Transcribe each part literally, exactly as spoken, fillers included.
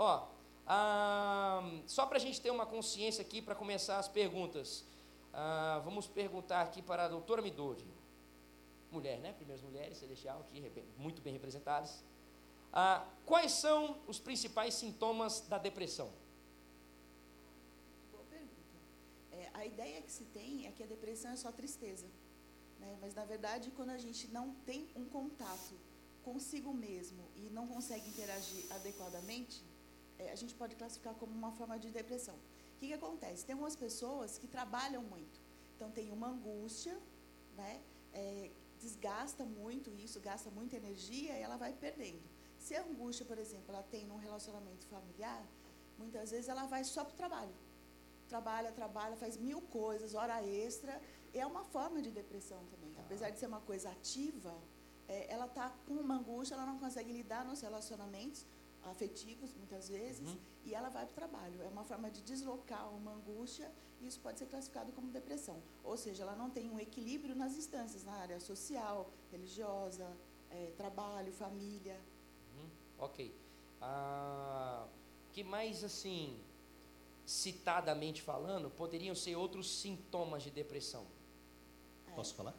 Ó, ah, só para a gente ter uma consciência aqui, para começar as perguntas, ah, vamos perguntar aqui para a doutora Midori. Mulher, né? Primeiras mulheres, celestial, aqui, muito bem representadas. Ah, quais são os principais sintomas da depressão? Boa pergunta. É, a ideia que se tem é que a depressão é só tristeza, né? Mas, na verdade, quando a gente não tem um contato consigo mesmo e não consegue interagir adequadamente, é, a gente pode classificar como uma forma de depressão. O que, que acontece? Tem algumas pessoas que trabalham muito, então tem uma angústia, né? É, desgasta muito isso, gasta muita energia e ela vai perdendo. Se a angústia, por exemplo, ela tem num relacionamento familiar, muitas vezes ela vai só para o trabalho. Trabalha, trabalha, faz mil coisas, hora extra, é uma forma de depressão também. Apesar de ser uma coisa ativa, é, ela está com uma angústia, ela não consegue lidar nos relacionamentos afetivos, muitas vezes, uhum. e ela vai para o trabalho. É uma forma de deslocar uma angústia, e isso pode ser classificado como depressão. Ou seja, ela não tem um equilíbrio nas instâncias, na área social, religiosa, é, trabalho, família. Uhum. Ok. Ah, que mais, assim, citadamente falando, poderiam ser outros sintomas de depressão? É. Posso falar?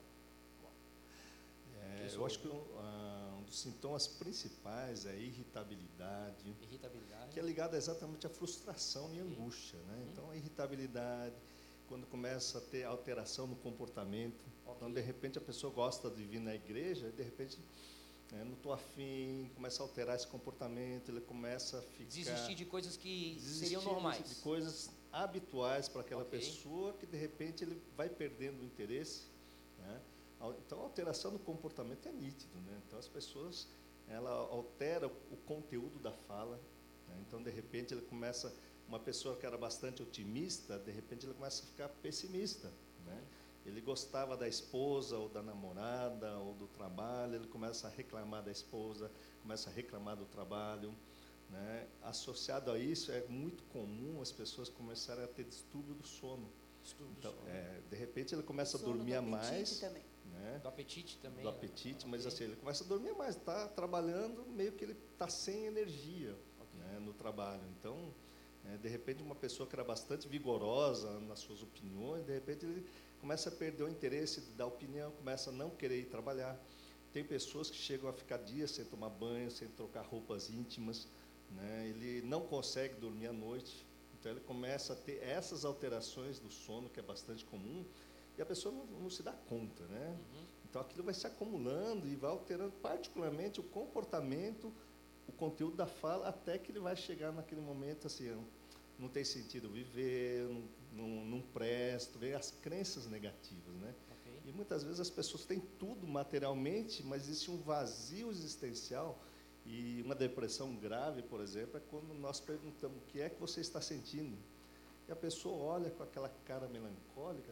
É, eu acho que um, um dos sintomas principais é a irritabilidade, irritabilidade, que é ligada exatamente à frustração e angústia, né? Uhum. Então, a irritabilidade, quando começa a ter alteração no comportamento, okay. Então, de repente, a pessoa gosta de vir na igreja, e de repente, é, não estou afim, começa a alterar esse comportamento, ele começa a ficar... Desistir de coisas que seriam normais. De coisas habituais para aquela okay. pessoa, que, de repente, ele vai perdendo o interesse, né? Então, a alteração no comportamento é nítido, né? Então, as pessoas, ela altera o conteúdo da fala, né? Então, de repente, ele começa, uma pessoa que era bastante otimista, de repente, ele começa a ficar pessimista, né? Ele gostava da esposa, ou da namorada, ou do trabalho, ele começa a reclamar da esposa, começa a reclamar do trabalho, né? Associado a isso, é muito comum as pessoas começarem a ter distúrbio do sono. Distúrbio então, do sono. É, de repente, ele começa sono a dormir a mais. Também. Né? Do apetite também. Do apetite, né? mas okay. assim, ele começa a dormir mais, está trabalhando, meio que ele está sem energia, okay. né, no trabalho. Então, é, de repente, uma pessoa que era bastante vigorosa nas suas opiniões, de repente ele começa a perder o interesse da opinião, começa a não querer ir trabalhar. Tem pessoas que chegam a ficar dias sem tomar banho, sem trocar roupas íntimas, né? Ele não consegue dormir à noite, então ele começa a ter essas alterações do sono, que é bastante comum, e a pessoa não, não se dá conta, né? Uhum. Então, aquilo vai se acumulando e vai alterando particularmente o comportamento, o conteúdo da fala, até que ele vai chegar naquele momento assim, não tem sentido viver, não, não, não presto, vem as crenças negativas, né? Okay. E muitas vezes as pessoas têm tudo materialmente, mas existe um vazio existencial, e uma depressão grave, por exemplo, é quando nós perguntamos o que é que você está sentindo, e a pessoa olha com aquela cara melancólica,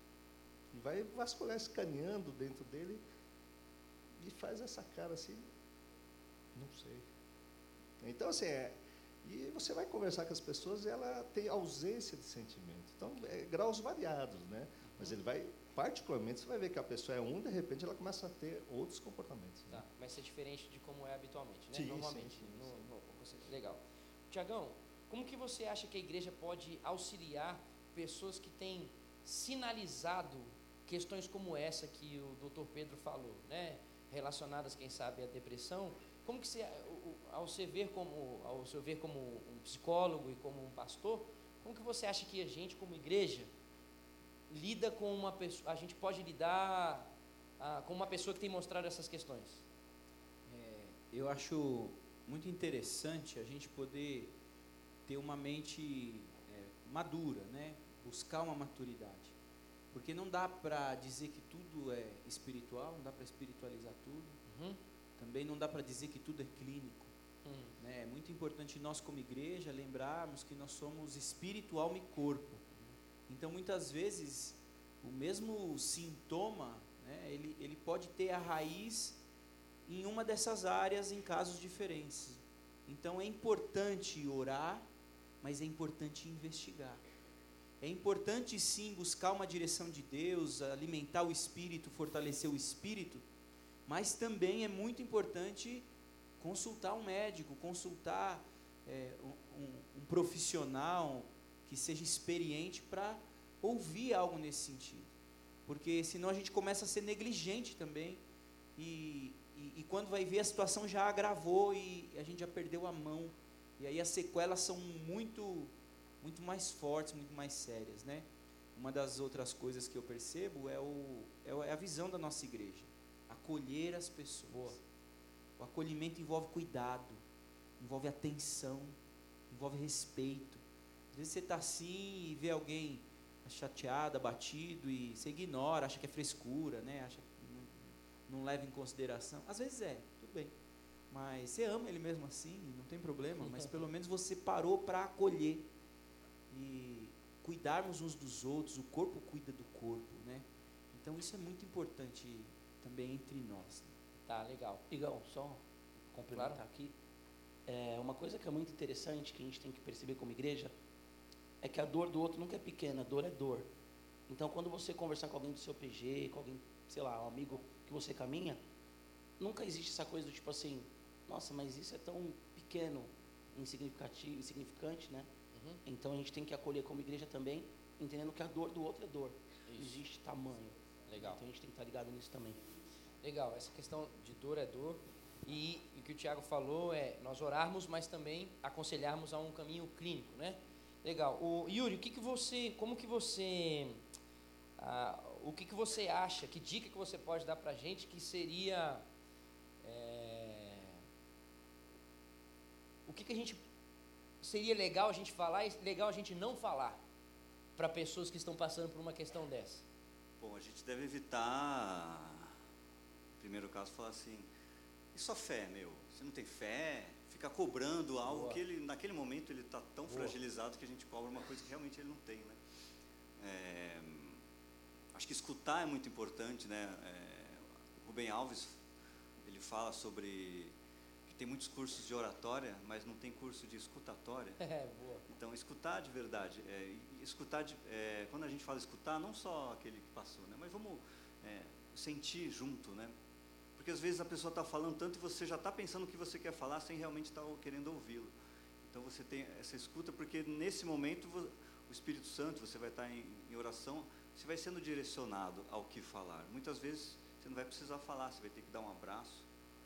e vai vasculhar, escaneando dentro dele, e faz essa cara assim, não sei. Então, assim, é, e você vai conversar com as pessoas e ela tem ausência de sentimento. Então, é graus variados, né? Mas ele vai, particularmente, você vai ver que a pessoa é um, de repente ela começa a ter outros comportamentos. Tá, né? Vai ser diferente de como é habitualmente, né? Sim, Normalmente. sim, sim, no, sim. no, legal. Tiagão, como que você acha que a igreja pode auxiliar pessoas que têm sinalizado questões como essa que o doutor Pedro falou, né? Relacionadas, quem sabe, à depressão? Como que você, ao você ver como, ao você ver como um psicólogo e como um pastor, como que você acha que a gente, como igreja, lida com uma pessoa, a gente pode lidar ah, com uma pessoa que tem mostrado essas questões? É, eu acho muito interessante a gente poder ter uma mente é, madura, né? Buscar uma maturidade. Porque não dá para dizer que tudo é espiritual, não dá para espiritualizar tudo. Uhum. Também não dá para dizer que tudo é clínico. Uhum. Né? É muito importante nós, como igreja, lembrarmos que nós somos espírito, alma e corpo. Uhum. Então, muitas vezes, o mesmo sintoma, né, ele, ele pode ter a raiz em uma dessas áreas em casos diferentes. Então, é importante orar, mas é importante investigar. É importante, sim, buscar uma direção de Deus, alimentar o espírito, fortalecer o espírito, mas também é muito importante consultar um médico, consultar é, um profissional que seja experiente para ouvir algo nesse sentido. Porque senão a gente começa a ser negligente também, e, e, e quando vai ver a situação já agravou e a gente já perdeu a mão, e aí as sequelas são muito, muito mais fortes, muito mais sérias, né? Uma das outras coisas que eu percebo é, o, é a visão da nossa igreja, acolher as pessoas. O acolhimento envolve cuidado, envolve atenção, envolve respeito. Às vezes você está assim e vê alguém chateado, abatido, e você ignora, acha que é frescura, né? Acha que não, não leva em consideração. Às vezes é, tudo bem. Mas você ama ele mesmo assim, não tem problema, mas pelo menos você parou para acolher e cuidarmos uns dos outros, o corpo cuida do corpo, né? Então isso é muito importante também entre nós. Tá, legal. Igão, só complementar claro. aqui. É, uma coisa que é muito interessante, que a gente tem que perceber como igreja, é que a dor do outro nunca é pequena, a dor é dor. Então, quando você conversar com alguém do seu P G, com alguém, sei lá, um amigo que você caminha, nunca existe essa coisa do tipo assim, nossa, mas isso é tão pequeno, insignificativo, insignificante, né? Uhum. Então, a gente tem que acolher como igreja também, entendendo que a dor do outro é dor. Isso. Existe tamanho. Legal. Então, a gente tem que estar ligado nisso também. Legal, essa questão de dor é dor, e, e o que o Tiago falou é nós orarmos, mas também aconselharmos a um caminho clínico, né? Legal. O Yuri, o que que você, como que você, ah, o que que você acha, que dica que você pode dar para a gente que seria, é, o que que a gente, seria legal a gente falar e legal a gente não falar para pessoas que estão passando por uma questão dessa? Bom, a gente deve evitar, no primeiro caso, falar assim, e só fé, meu? Você não tem fé? Ficar cobrando algo Boa. que ele, naquele momento ele está tão Boa. fragilizado que a gente cobra uma coisa que realmente ele não tem, né? É, acho que escutar é muito importante, né? É, Rubem Alves, ele fala sobre que tem muitos cursos de oratória, mas não tem curso de escutatória. É, boa. Então, escutar de verdade, é, escutar de, é, quando a gente fala escutar, não só aquele que passou, né? Mas vamos é, sentir junto, né? Porque às vezes a pessoa está falando tanto e você já está pensando o que você quer falar sem realmente estar querendo ouvi-lo. Então você tem essa escuta, porque nesse momento o Espírito Santo, você vai estar em, em oração, você vai sendo direcionado ao que falar. Muitas vezes você não vai precisar falar, você vai ter que dar um abraço,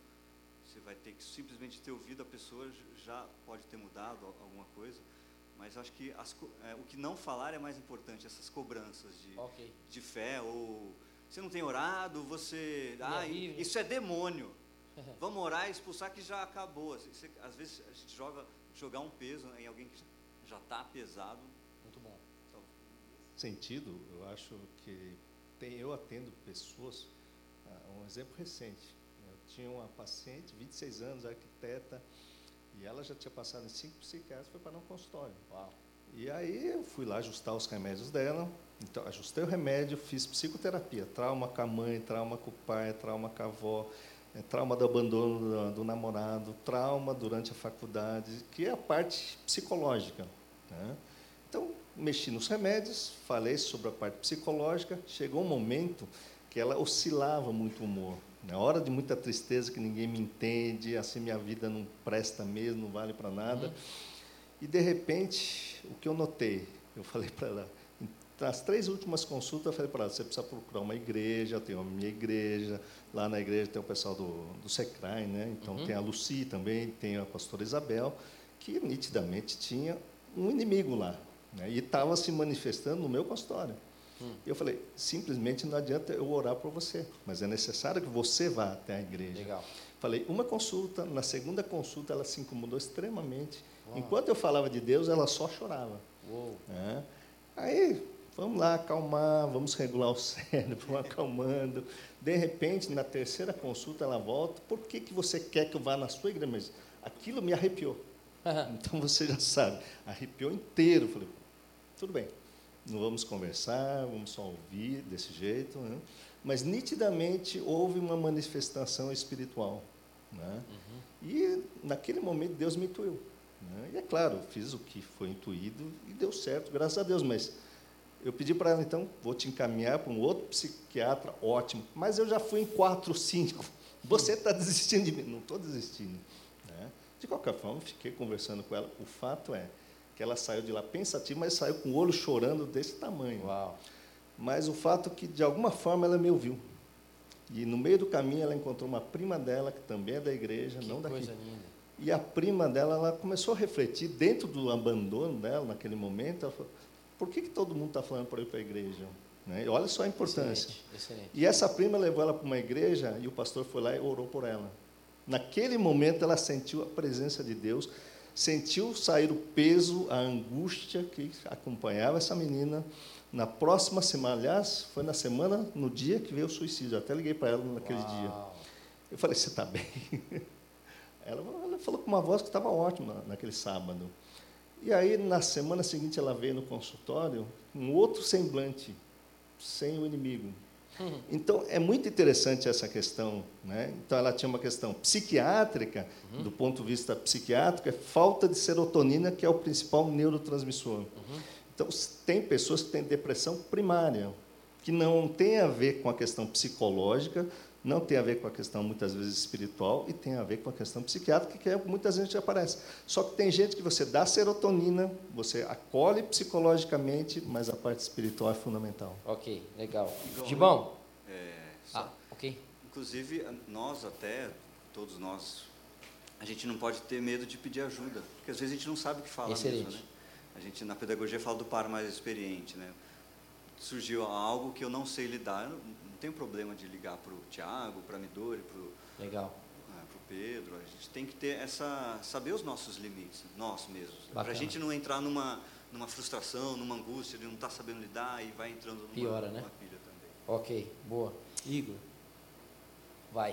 você vai ter que simplesmente ter ouvido a pessoa, já pode ter mudado alguma coisa, mas acho que as, é, o que não falar é mais importante, essas cobranças de, okay. de fé ou... Você não tem orado, você... Ah, isso é demônio. Vamos orar e expulsar que já acabou. Você, às vezes a gente joga jogar um peso em alguém que já está pesado. Muito bom. Então, sentido, eu acho que tem, eu atendo pessoas, uh, um exemplo recente. Eu tinha uma paciente, vinte e seis anos, arquiteta, e ela já tinha passado em cinco psiquiatras e foi para um consultório. Uau. E aí eu fui lá ajustar os remédios dela. Então, ajustei o remédio, fiz psicoterapia, trauma com a mãe, trauma com o pai, trauma com a avó, é, trauma do abandono do, do namorado, trauma durante a faculdade, que é a parte psicológica, né? Então, mexi nos remédios, falei sobre a parte psicológica, chegou um momento que ela oscilava muito o humor. Na hora de muita tristeza, que ninguém me entende, assim, minha vida não presta mesmo, não vale para nada. Uhum. E, de repente, o que eu notei, eu falei para ela, nas três últimas consultas, eu falei para ela, você precisa procurar uma igreja, eu tenho a minha igreja, lá na igreja tem o pessoal do, do Secrai, né? Então uhum. tem a Luci também, tem a pastora Isabel, que nitidamente tinha um inimigo lá, né? E estava se manifestando no meu consultório. Uhum. E eu falei, simplesmente não adianta eu orar por você, mas é necessário que você vá até a igreja. Legal. Falei, uma consulta, na segunda consulta ela se incomodou extremamente. Uau. Enquanto eu falava de Deus, ela só chorava. Uou. Né? Aí... Vamos lá acalmar, vamos regular o cérebro, vamos acalmando. De repente, na terceira consulta, ela volta. Por que, que você quer que eu vá na sua igreja? Mas aquilo me arrepiou. Então, você já sabe, arrepiou inteiro. Falei, tudo bem, não vamos conversar, vamos só ouvir desse jeito. Né? Mas, nitidamente, houve uma manifestação espiritual. Né? Uhum. E, naquele momento, Deus me intuiu. Né? E, é claro, fiz o que foi intuído e deu certo, graças a Deus, mas... Eu pedi para ela, então, vou te encaminhar para um outro psiquiatra, ótimo. Mas eu já fui em quatro, cinco. Você está desistindo de mim? Não estou desistindo. Né? De qualquer forma, fiquei conversando com ela. O fato é que ela saiu de lá pensativa, mas saiu com o olho chorando desse tamanho. Uau. Mas o fato é que, de alguma forma, ela me ouviu. E, no meio do caminho, ela encontrou uma prima dela, que também é da igreja, Que não daqui. coisa linda. E a prima dela, ela começou a refletir, dentro do abandono dela, naquele momento, ela falou, por que, que todo mundo está falando para eu ir para a igreja? Né? E olha só a importância. Excelente, excelente. E essa prima levou ela para uma igreja, e o pastor foi lá e orou por ela. Naquele momento, ela sentiu a presença de Deus, sentiu sair o peso, a angústia que acompanhava essa menina. Na próxima semana, aliás, foi na semana, no dia que veio o suicídio, eu até liguei para ela naquele Uau. dia. Eu falei, você está bem? Ela, ela falou com uma voz que estava ótima naquele sábado. E aí, na semana seguinte, ela veio no consultório com um outro semblante, sem o inimigo. Uhum. Então, é muito interessante essa questão. Né? Então, ela tinha uma questão psiquiátrica, Uhum. do ponto de vista psiquiátrico, é falta de serotonina, que é o principal neurotransmissor. Uhum. Então, tem pessoas que têm depressão primária, que não tem a ver com a questão psicológica, não tem a ver com a questão, muitas vezes, espiritual, e tem a ver com a questão psiquiátrica, que é o que muitas vezes aparece. Só que tem gente que você dá serotonina, você acolhe psicologicamente, mas a parte espiritual é fundamental. Ok, legal. Igual- Gibão? É, só- Ah, ok. Inclusive, nós até, todos nós, a gente não pode ter medo de pedir ajuda, porque às vezes a gente não sabe o que falar Excelente. mesmo, né? A gente, na pedagogia, fala do par mais experiente, né? Surgiu algo que eu não sei lidar, eu não, não tenho problema de ligar para o Tiago, para a Midori, para o Legal. Pedro. A gente tem que ter essa, saber os nossos limites, nós mesmos. Para a Bacana. gente não entrar numa, numa frustração, numa angústia de não estar sabendo lidar e vai entrando numa, Piora, né? numa pilha também. Ok, boa. Igor, Vai.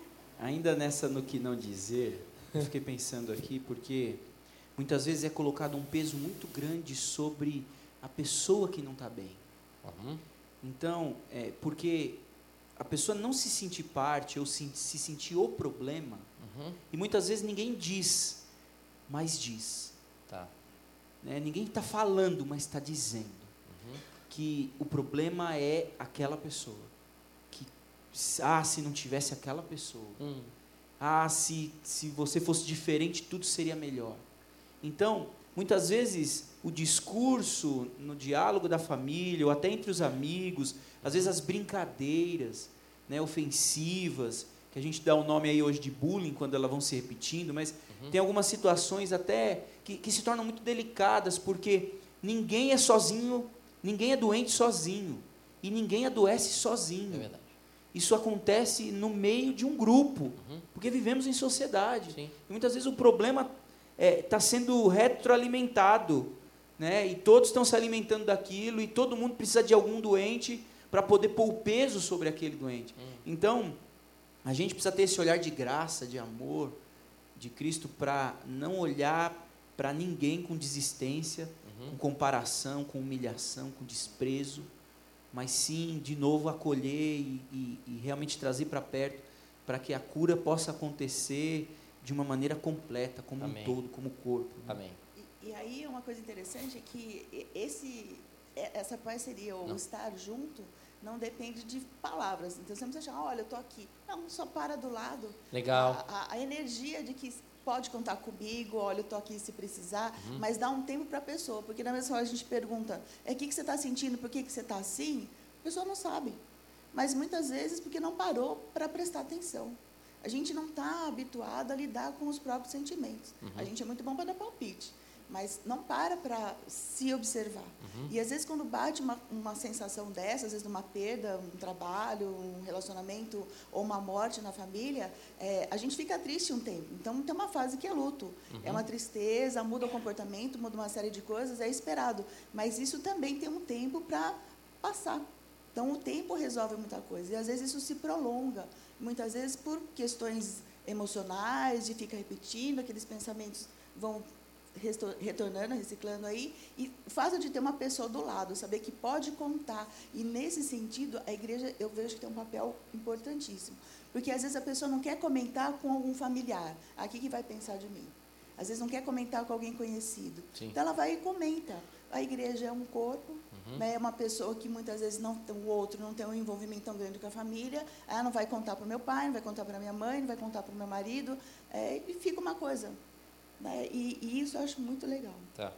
ainda nessa no que não dizer, eu fiquei pensando aqui, porque muitas vezes é colocado um peso muito grande sobre a pessoa que não está bem. Uhum. Então, é, porque a pessoa não se sentir parte ou se, se sentir o problema, Uhum. e muitas vezes ninguém diz, mas diz. Tá. Né? Ninguém está falando, mas está dizendo Uhum. que o problema é aquela pessoa. Que, ah, se não tivesse aquela pessoa. Hum. Ah, se, se você fosse diferente, tudo seria melhor. Então, muitas vezes, o discurso no diálogo da família, ou até entre os amigos, às vezes as brincadeiras, né, ofensivas, que a gente dá o nome aí hoje de bullying, quando elas vão se repetindo, mas Uhum. tem algumas situações até que, que se tornam muito delicadas, porque ninguém é sozinho, ninguém é doente sozinho, e ninguém adoece sozinho. É verdade. Isso acontece no meio de um grupo, Uhum. porque vivemos em sociedade. Sim. E muitas vezes o problema está sendo retroalimentado, né? E todos estão se alimentando daquilo, e todo mundo precisa de algum doente para poder pôr o peso sobre aquele doente. Hum. Então, a gente precisa ter esse olhar de graça, de amor, de Cristo, para não olhar para ninguém com desistência, Uhum. com comparação, com humilhação, com desprezo, mas sim, de novo, acolher e, e, e realmente trazer para perto, para que a cura possa acontecer de uma maneira completa, como Amém. um todo, como corpo. né? Amém. E, e aí uma coisa interessante é que e- esse, e- essa parceria ou Não. estar junto não depende de palavras. Então você não precisa achar, olha, eu estou aqui. Não, só para do lado. Legal. A, a- a energia de que pode contar comigo, olha, eu estou aqui se precisar, Uhum. mas dá um tempo para a pessoa. Porque na mesma hora a gente pergunta, é o que, que você está sentindo, por que, que você está assim? A pessoa não sabe. Mas muitas vezes porque não parou para prestar atenção. A gente não está habituado a lidar com os próprios sentimentos. Uhum. A gente é muito bom para dar palpite, mas não para para se observar. Uhum. E às vezes quando bate uma, uma sensação dessa, às vezes de uma perda, um trabalho, um relacionamento ou uma morte na família, é, a gente fica triste um tempo. Então tem uma fase que é luto, Uhum. é uma tristeza, muda o comportamento, muda uma série de coisas, é esperado. Mas isso também tem um tempo para passar. Então o tempo resolve muita coisa e às vezes isso se prolonga, muitas vezes por questões emocionais, de ficar repetindo, aqueles pensamentos vão resto- retornando, reciclando aí, e o fato de ter uma pessoa do lado, saber que pode contar. E, nesse sentido, a igreja, eu vejo que tem um papel importantíssimo. Porque, às vezes, a pessoa não quer comentar com algum familiar. Aqui que vai pensar de mim? Às vezes, não quer comentar com alguém conhecido. Sim. Então, ela vai e comenta. A igreja é um corpo, Uhum. né, é uma pessoa que, muitas vezes, não, o outro não tem um envolvimento tão grande com a família. Ela não vai contar para o meu pai, não vai contar para a minha mãe, não vai contar para o meu marido. É, e fica uma coisa. Né? E, e isso eu acho muito legal. Tá.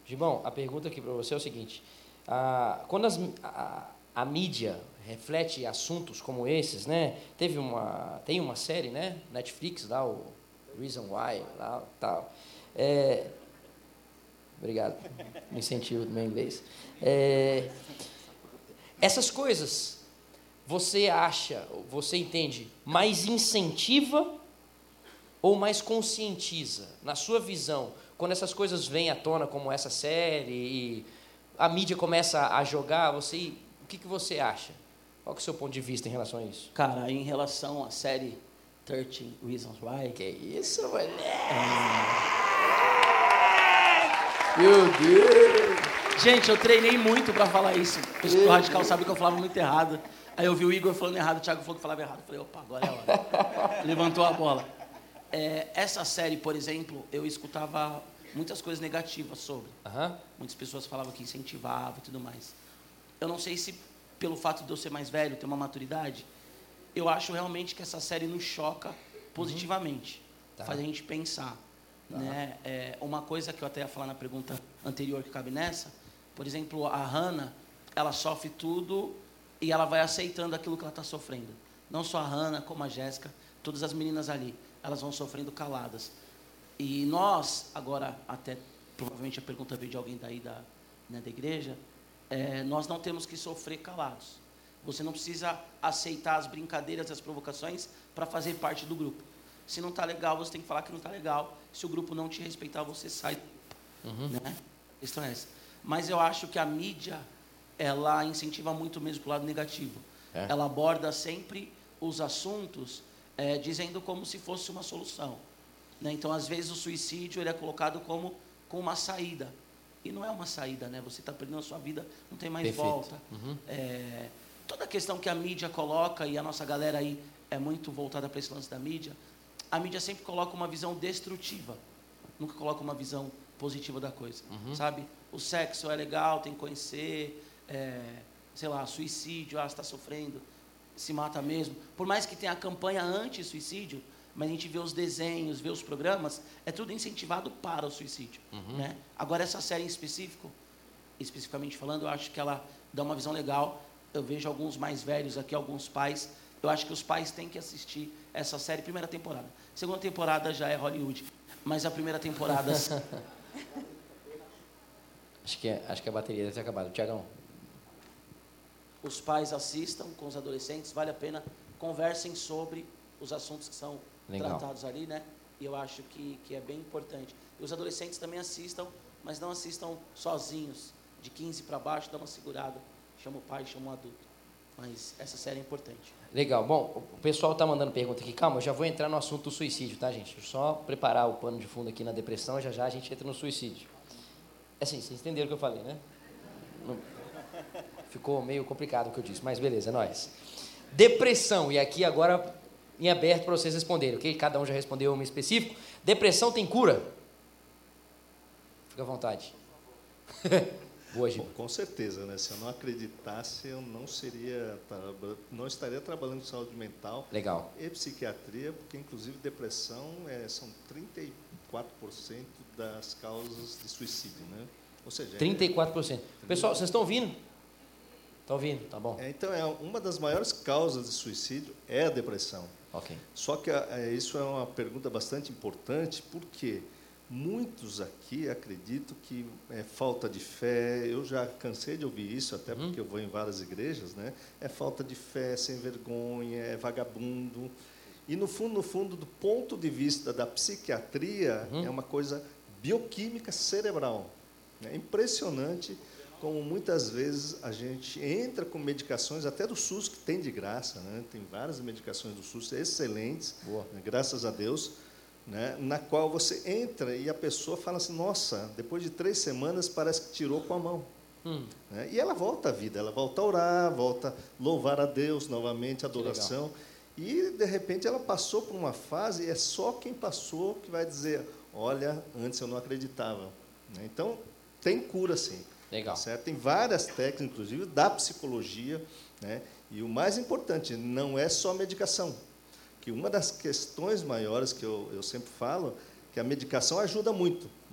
Gibão, a pergunta aqui para você é o seguinte: ah, quando as, a, a mídia reflete assuntos como esses, né? Teve uma, tem uma série, né? Netflix lá, o Reason Why, lá, tal. É, obrigado, me incentivo do meu inglês. É, essas coisas, você acha, você entende, mais incentiva ou mais conscientiza? Na sua visão, quando essas coisas vêm à tona, como essa série, e a mídia começa a jogar, você, o que, que você acha? Qual que é o seu ponto de vista em relação a isso? Cara, em relação à série thirteen Reasons Why... Que isso, moleque? Meu Deus! Gente, eu treinei muito pra falar isso. O Radical sabe que eu falava muito errado. Aí eu vi o Igor falando errado, o Thiago falou que falava errado. Eu falei, opa, agora é a hora. Levantou a bola. É, essa série, por exemplo, eu escutava muitas coisas negativas sobre. Uhum. Muitas pessoas falavam que incentivava e tudo mais. Eu não sei se, pelo fato de eu ser mais velho, ter uma maturidade, eu acho realmente que essa série nos choca positivamente. Uhum. Tá. Faz a gente pensar. Tá. Né? É, uma coisa que eu até ia falar na pergunta anterior que cabe nessa, por exemplo, a Hannah, ela sofre tudo e ela vai aceitando aquilo que ela está sofrendo. Não só a Hannah, como a Jéssica, todas as meninas ali, elas vão sofrendo caladas. E nós, agora, até provavelmente a pergunta veio de alguém daí da, né, da igreja, é, nós não temos que sofrer calados. Você não precisa aceitar as brincadeiras e as provocações para fazer parte do grupo. Se não está legal, você tem que falar que não está legal. Se o grupo não te respeitar, você sai. Uhum. Né? A questão é essa. Mas eu acho que a mídia, ela incentiva muito mesmo para o lado negativo. É. Ela aborda sempre os assuntos é, dizendo como se fosse uma solução. Né? Então, às vezes, o suicídio ele é colocado como, como uma saída. E não é uma saída, né? Você está perdendo a sua vida, não tem mais Perfeito. volta. Uhum. É, toda a questão que a mídia coloca, e a nossa galera aí é muito voltada para esse lance da mídia, a mídia sempre coloca uma visão destrutiva. Nunca coloca uma visão positiva da coisa, uhum. sabe? O sexo é legal, tem que conhecer, é, sei lá, suicídio, ah, você está sofrendo, se mata mesmo. Por mais que tenha a campanha anti-suicídio, mas a gente vê os desenhos, vê os programas, é tudo incentivado para o suicídio. Uhum. Né? Agora, essa série em específico, especificamente falando, eu acho que ela dá uma visão legal. Eu vejo alguns mais velhos aqui, alguns pais. Eu acho que os pais têm que assistir essa série, primeira temporada. Segunda temporada já é Hollywood, mas a primeira temporada... acho, que é, acho que a bateria deve ter acabado. Tiagão. Os pais assistam com os adolescentes, vale a pena, conversem sobre os assuntos que são Legal. tratados ali, né? E eu acho que, que é bem importante. E os adolescentes também assistam, mas não assistam sozinhos. De quinze para baixo, dá uma segurada. Chama o pai, chama o adulto. Mas essa série é importante. Legal. Bom, o pessoal está mandando pergunta aqui. Calma, eu já vou entrar no assunto do suicídio, tá, gente? Só preparar o pano de fundo aqui na depressão, já já a gente entra no suicídio. Assim, vocês entenderam o que eu falei, né? Não... Ficou meio complicado o que eu disse, mas beleza, é nóis. Depressão, e aqui agora em aberto para vocês responderem, ok? Cada um já respondeu uma específico. Depressão tem cura? Fica à vontade. Boa, Gil. Bom, com certeza, né? Se eu não acreditasse, eu não seria, não estaria trabalhando com saúde mental. Legal. E psiquiatria, porque inclusive depressão é, são trinta e quatro por cento das causas de suicídio, né? Ou seja, trinta e quatro por cento. É, pessoal, vocês estão ouvindo? Estão ouvindo? Tá bom. É, então, é uma das maiores causas de suicídio é a depressão. Ok. Só que é, isso é uma pergunta bastante importante, porque muitos aqui acreditam que é falta de fé. Eu já cansei de ouvir isso, até porque hum. eu vou em várias igrejas, né? É falta de fé, sem vergonha, é vagabundo. E, no fundo, no fundo, do ponto de vista da psiquiatria, hum. é uma coisa bioquímica cerebral. É impressionante como muitas vezes a gente entra com medicações, até do SUS, que tem de graça, né? Tem várias medicações do SUS excelentes, né? Graças a Deus, né? Na qual você entra e a pessoa fala assim, nossa, depois de três semanas parece que tirou com a mão. Hum. Né? E ela volta à vida, ela volta a orar, volta a louvar a Deus novamente, adoração. E, de repente, ela passou por uma fase, e é só quem passou que vai dizer, olha, antes eu não acreditava. Né? Então, tem cura, sim. Legal. Certo? Tem várias técnicas, inclusive, da psicologia, né? E o mais importante, não é só medicação. Que uma das questões maiores que eu, eu sempre falo, que a medicação ajuda muito,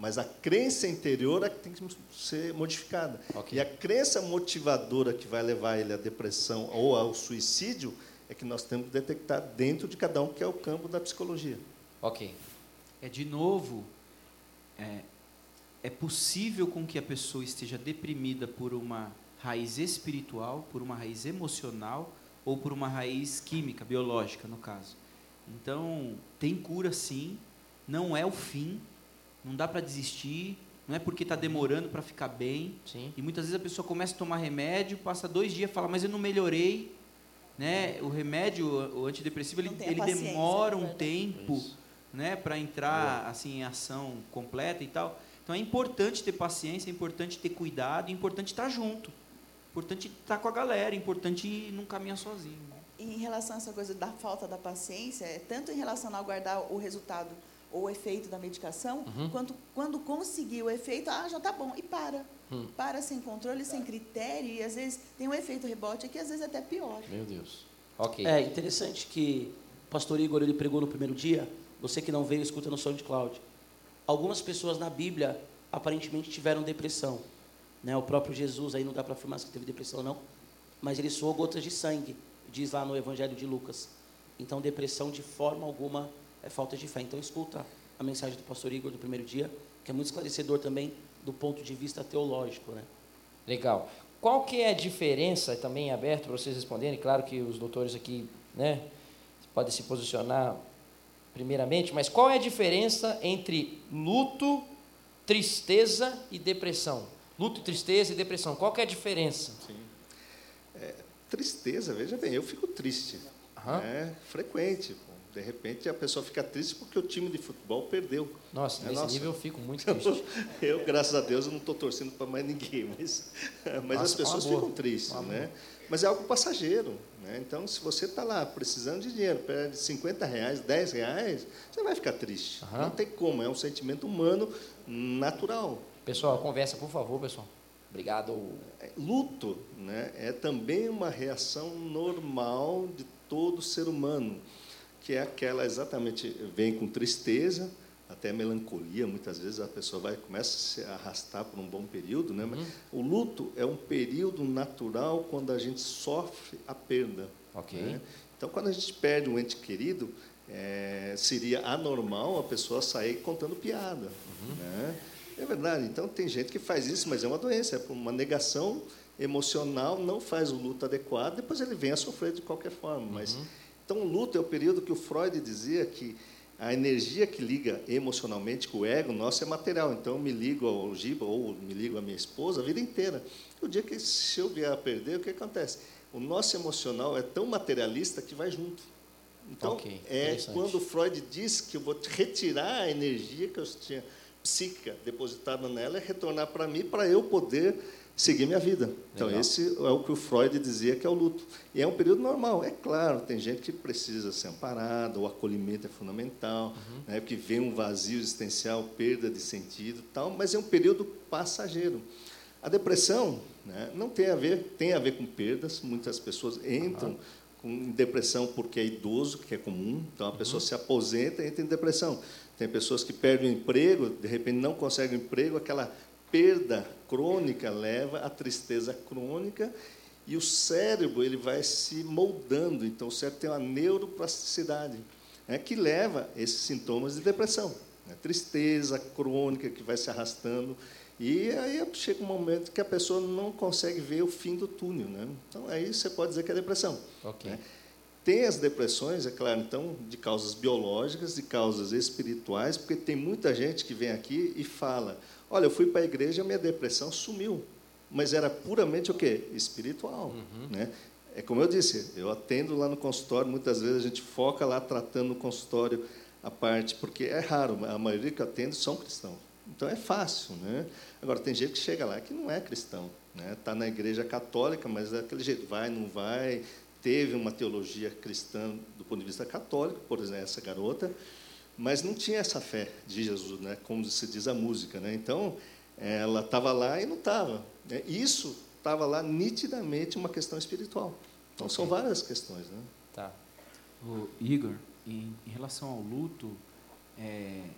mas a crença interior é que tem que ser modificada. Ok. E a crença motivadora que vai levar ele à depressão ou ao suicídio é que nós temos que detectar dentro de cada um, que é o campo da psicologia. Ok. É, de novo, é, é possível com que a pessoa esteja deprimida por uma raiz espiritual, por uma raiz emocional ou por uma raiz química, biológica, no caso. Então, tem cura sim, não é o fim, não dá para desistir, não é porque está demorando para ficar bem. Sim. E muitas vezes a pessoa começa a tomar remédio, passa dois dias e fala, mas eu não melhorei. Né? O remédio, o antidepressivo, ele, Não tem a ele paciência, demora é um verdade. tempo, Isso. né, para entrar assim, em ação completa e tal. Então é importante ter paciência, é importante ter cuidado, é importante estar junto, é importante estar com a galera, é importante não caminhar sozinho. Em relação a essa coisa da falta da paciência, é tanto em relação a aguardar o resultado ou o efeito da medicação, Uhum. quanto quando conseguir o efeito, ah, já tá bom, e para. Hum. Para sem controle, sem critério, e às vezes tem um efeito rebote que às vezes é até pior. Meu Deus. Ok. É interessante que o pastor Igor ele pregou no primeiro dia. Você que não veio, escuta no SoundCloud. Algumas pessoas na Bíblia aparentemente tiveram depressão. Né? O próprio Jesus, aí não dá para afirmar se teve depressão ou não, mas ele suou gotas de sangue, diz lá no Evangelho de Lucas. Então, depressão de forma alguma é falta de fé. Então, escuta a mensagem do pastor Igor do primeiro dia, que é muito esclarecedor também do ponto de vista teológico. Né? Legal. Qual que é a diferença, também aberto para vocês responderem, claro que os doutores aqui, né, podem se posicionar primeiramente, mas qual é a diferença entre luto, tristeza e depressão? Luto, tristeza e depressão, qual que é a diferença? Sim. É, tristeza, veja bem, eu fico triste. Aham. É frequente. Pô. De repente a pessoa fica triste porque o time de futebol perdeu. Nossa, É, nesse nossa. nível eu fico muito triste. Eu, graças a Deus, eu não estou torcendo para mais ninguém, mas, mas Nossa, as pessoas uma boa. ficam tristes, Uma né? Mas é algo passageiro, né? Então, se você está lá precisando de dinheiro, perde cinquenta reais, dez reais, você vai ficar triste. Aham. Não tem como, é um sentimento humano natural. Pessoal, conversa, por favor, pessoal. Obrigado. Luto, né, é também uma reação normal de todo ser humano, que é aquela exatamente, vem com tristeza, até melancolia, muitas vezes a pessoa vai começa a se arrastar por um bom período, né? Mas Uhum. o luto é um período natural quando a gente sofre a perda. Ok. Né? Então, quando a gente perde um ente querido, é, seria anormal a pessoa sair contando piada. Uhum. Né? É verdade. Então, tem gente que faz isso, mas é uma doença, é uma negação emocional, não faz o luto adequado, depois ele vem a sofrer de qualquer forma. Mas, Uhum. então, o luto é o período que o Freud dizia que a energia que liga emocionalmente com o ego nosso é material. Então, eu me ligo ao Giba ou me ligo à minha esposa a vida inteira. O dia que, se eu vier a perder, o que acontece? O nosso emocional é tão materialista que vai junto. Então, Ok, é interessante. quando o Freud diz que eu vou retirar a energia que eu tinha psíquica depositada nela e retornar para mim, para eu poder seguir minha vida. Então, Legal. esse é o que o Freud dizia que é o luto. E é um período normal. É claro, tem gente que precisa ser amparada, o acolhimento é fundamental, Uhum. né, porque vem um vazio existencial, perda de sentido, tal, mas é um período passageiro. A depressão, né, não tem a ver, tem a ver com perdas. Muitas pessoas entram Uhum. com depressão porque é idoso, que é comum. Então, a pessoa Uhum. se aposenta e entra em depressão. Tem pessoas que perdem o emprego, de repente não conseguem um emprego, aquela perda crônica leva à tristeza crônica e o cérebro ele vai se moldando. Então, o cérebro tem uma neuroplasticidade, né, que leva a esses sintomas de depressão. Né, tristeza crônica que vai se arrastando. E aí chega um momento que a pessoa não consegue ver o fim do túnel. Né? Então, aí você pode dizer que é depressão. Ok. Né? Tem as depressões, é claro, então, de causas biológicas, de causas espirituais, porque tem muita gente que vem aqui e fala, olha, eu fui para a igreja, minha depressão sumiu. Mas era puramente o quê? Espiritual. Uhum. Né? É como eu disse, eu atendo lá no consultório, muitas vezes a gente foca lá tratando no consultório a parte, porque é raro, a maioria que eu atendo são cristãos. Então, é fácil. Né? Agora, tem gente que chega lá que não é cristão. Está, né? na igreja católica, mas é aquele jeito, vai, não vai... Teve uma teologia cristã do ponto de vista católico, por exemplo, essa garota, mas não tinha essa fé de Jesus, né? Como se diz a música. Né? Então, ela estava lá e não estava. Né? Isso estava lá nitidamente uma questão espiritual. Então, são várias questões. Né? Tá. O Igor, em, em relação ao luto, é,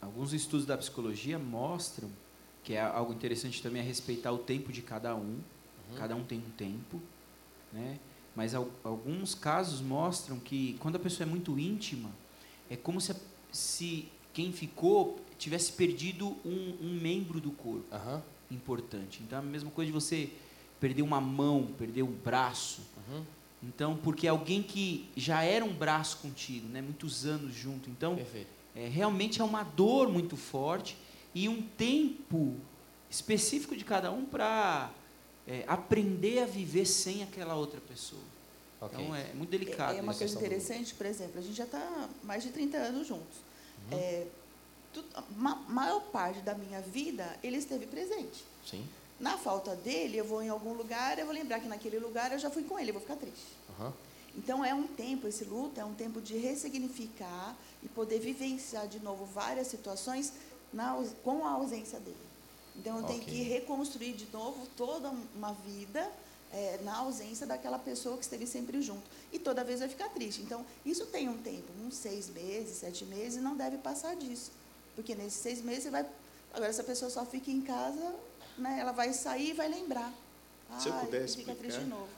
alguns estudos da psicologia mostram que é algo interessante também é respeitar o tempo de cada um. Uhum. Cada um tem um tempo, né? Mas al, alguns casos mostram que quando a pessoa é muito íntima, é como se, a, se quem ficou tivesse perdido um, um membro do corpo. Uhum. Importante. Então, é a mesma coisa de você perder uma mão, perder um braço. Uhum. Então, porque alguém que já era um braço contigo, né? Muitos anos junto. Então, é, realmente é uma dor muito forte e um tempo específico de cada um para é, aprender a viver sem aquela outra pessoa. Okay. Então, é muito delicado. É, é uma coisa interessante, por exemplo, a gente já está mais de trinta anos juntos. Uhum. É, tudo, a maior parte da minha vida, ele esteve presente. Sim. Na falta dele, eu vou em algum lugar, eu vou lembrar que naquele lugar eu já fui com ele, eu vou ficar triste. Uhum. Então, é um tempo, esse luto é um tempo de ressignificar e poder vivenciar de novo várias situações na, com a ausência dele. Então, eu okay. tenho que reconstruir de novo toda uma vida é, na ausência daquela pessoa que esteve sempre junto. E toda vez vai ficar triste. Então, isso tem um tempo, uns seis meses, sete meses, não deve passar disso. Porque nesses seis meses, você vai... Agora, se a pessoa só fica em casa, né, ela vai sair e vai lembrar. Se eu pudesse fica explicar... triste de novo.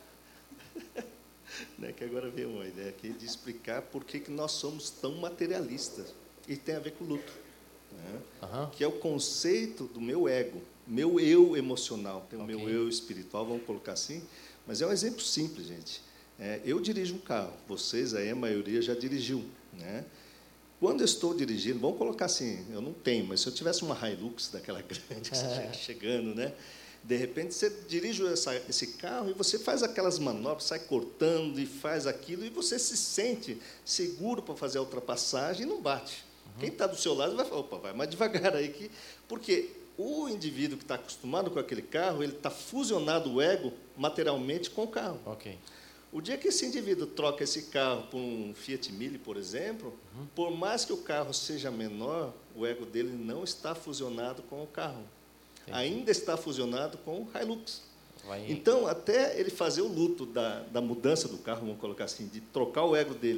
Né, que agora veio uma ideia aqui de explicar por que, que nós somos tão materialistas. E tem a ver com o luto. Né? Uhum. Que é o conceito do meu ego, meu eu emocional, tem o okay. meu eu espiritual, vamos colocar assim, mas é um exemplo simples, gente. É, eu dirijo um carro, vocês aí, a maioria já dirigiu. Né? Quando eu estou dirigindo, vamos colocar assim, eu não tenho, mas se eu tivesse uma Hilux daquela grande, que é. chegando, né? De repente, você dirige essa, esse carro e você faz aquelas manobras, sai cortando e faz aquilo, e você se sente seguro para fazer a ultrapassagem e não bate. Uhum. Quem está do seu lado vai falar, opa, vai mais devagar aí. Que... Porque o indivíduo que está acostumado com aquele carro, ele está fusionado o ego materialmente com o carro. Okay. O dia que esse indivíduo troca esse carro por um Fiat Mille, por exemplo, uhum. por mais que o carro seja menor, o ego dele não está fusionado com o carro. Entendi. Ainda está fusionado com o Hilux. Vai... Então, até ele fazer o luto da, da mudança do carro, vamos colocar assim, de trocar o ego dele,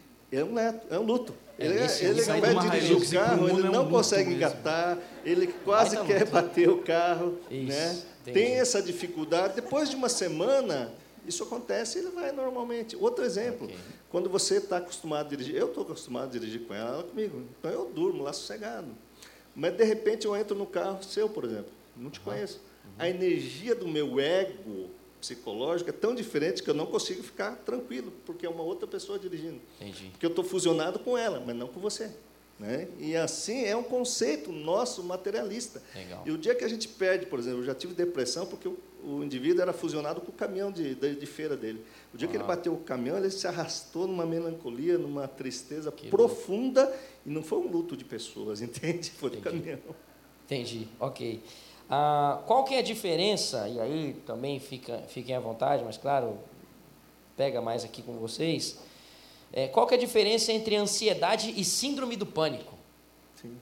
é um, é um luto. É, ele esse, ele vai dirigir o carro, ele não é um consegue engatar, ele quase quer luto. bater o carro. Né? Tem essa dificuldade. Depois de uma semana, isso acontece e ele vai normalmente. Outro exemplo, okay. quando você está acostumado a dirigir, eu estou acostumado a dirigir com ela, ela comigo, então eu durmo lá sossegado. Mas, de repente, eu entro no carro seu, por exemplo, não te uhum. conheço. Uhum. A energia do meu ego psicológico é tão diferente que eu não consigo ficar tranquilo, porque é uma outra pessoa dirigindo. Entendi. Porque eu estou fusionado com ela, mas não com você. Né? E, assim, é um conceito nosso materialista. Legal. E o dia que a gente perde, por exemplo, eu já tive depressão porque o, o indivíduo era fusionado com o caminhão de, de, de feira dele. O dia ah. que ele bateu o caminhão, ele se arrastou numa melancolia, numa tristeza que profunda, louco. E não foi um luto de pessoas, entende? Foi do caminhão. Entendi, ok. Ah, qual que é a diferença, e aí também fica, fiquem à vontade, mas claro, pega mais aqui com vocês, é, qual que é a diferença entre ansiedade e síndrome do pânico? Sim.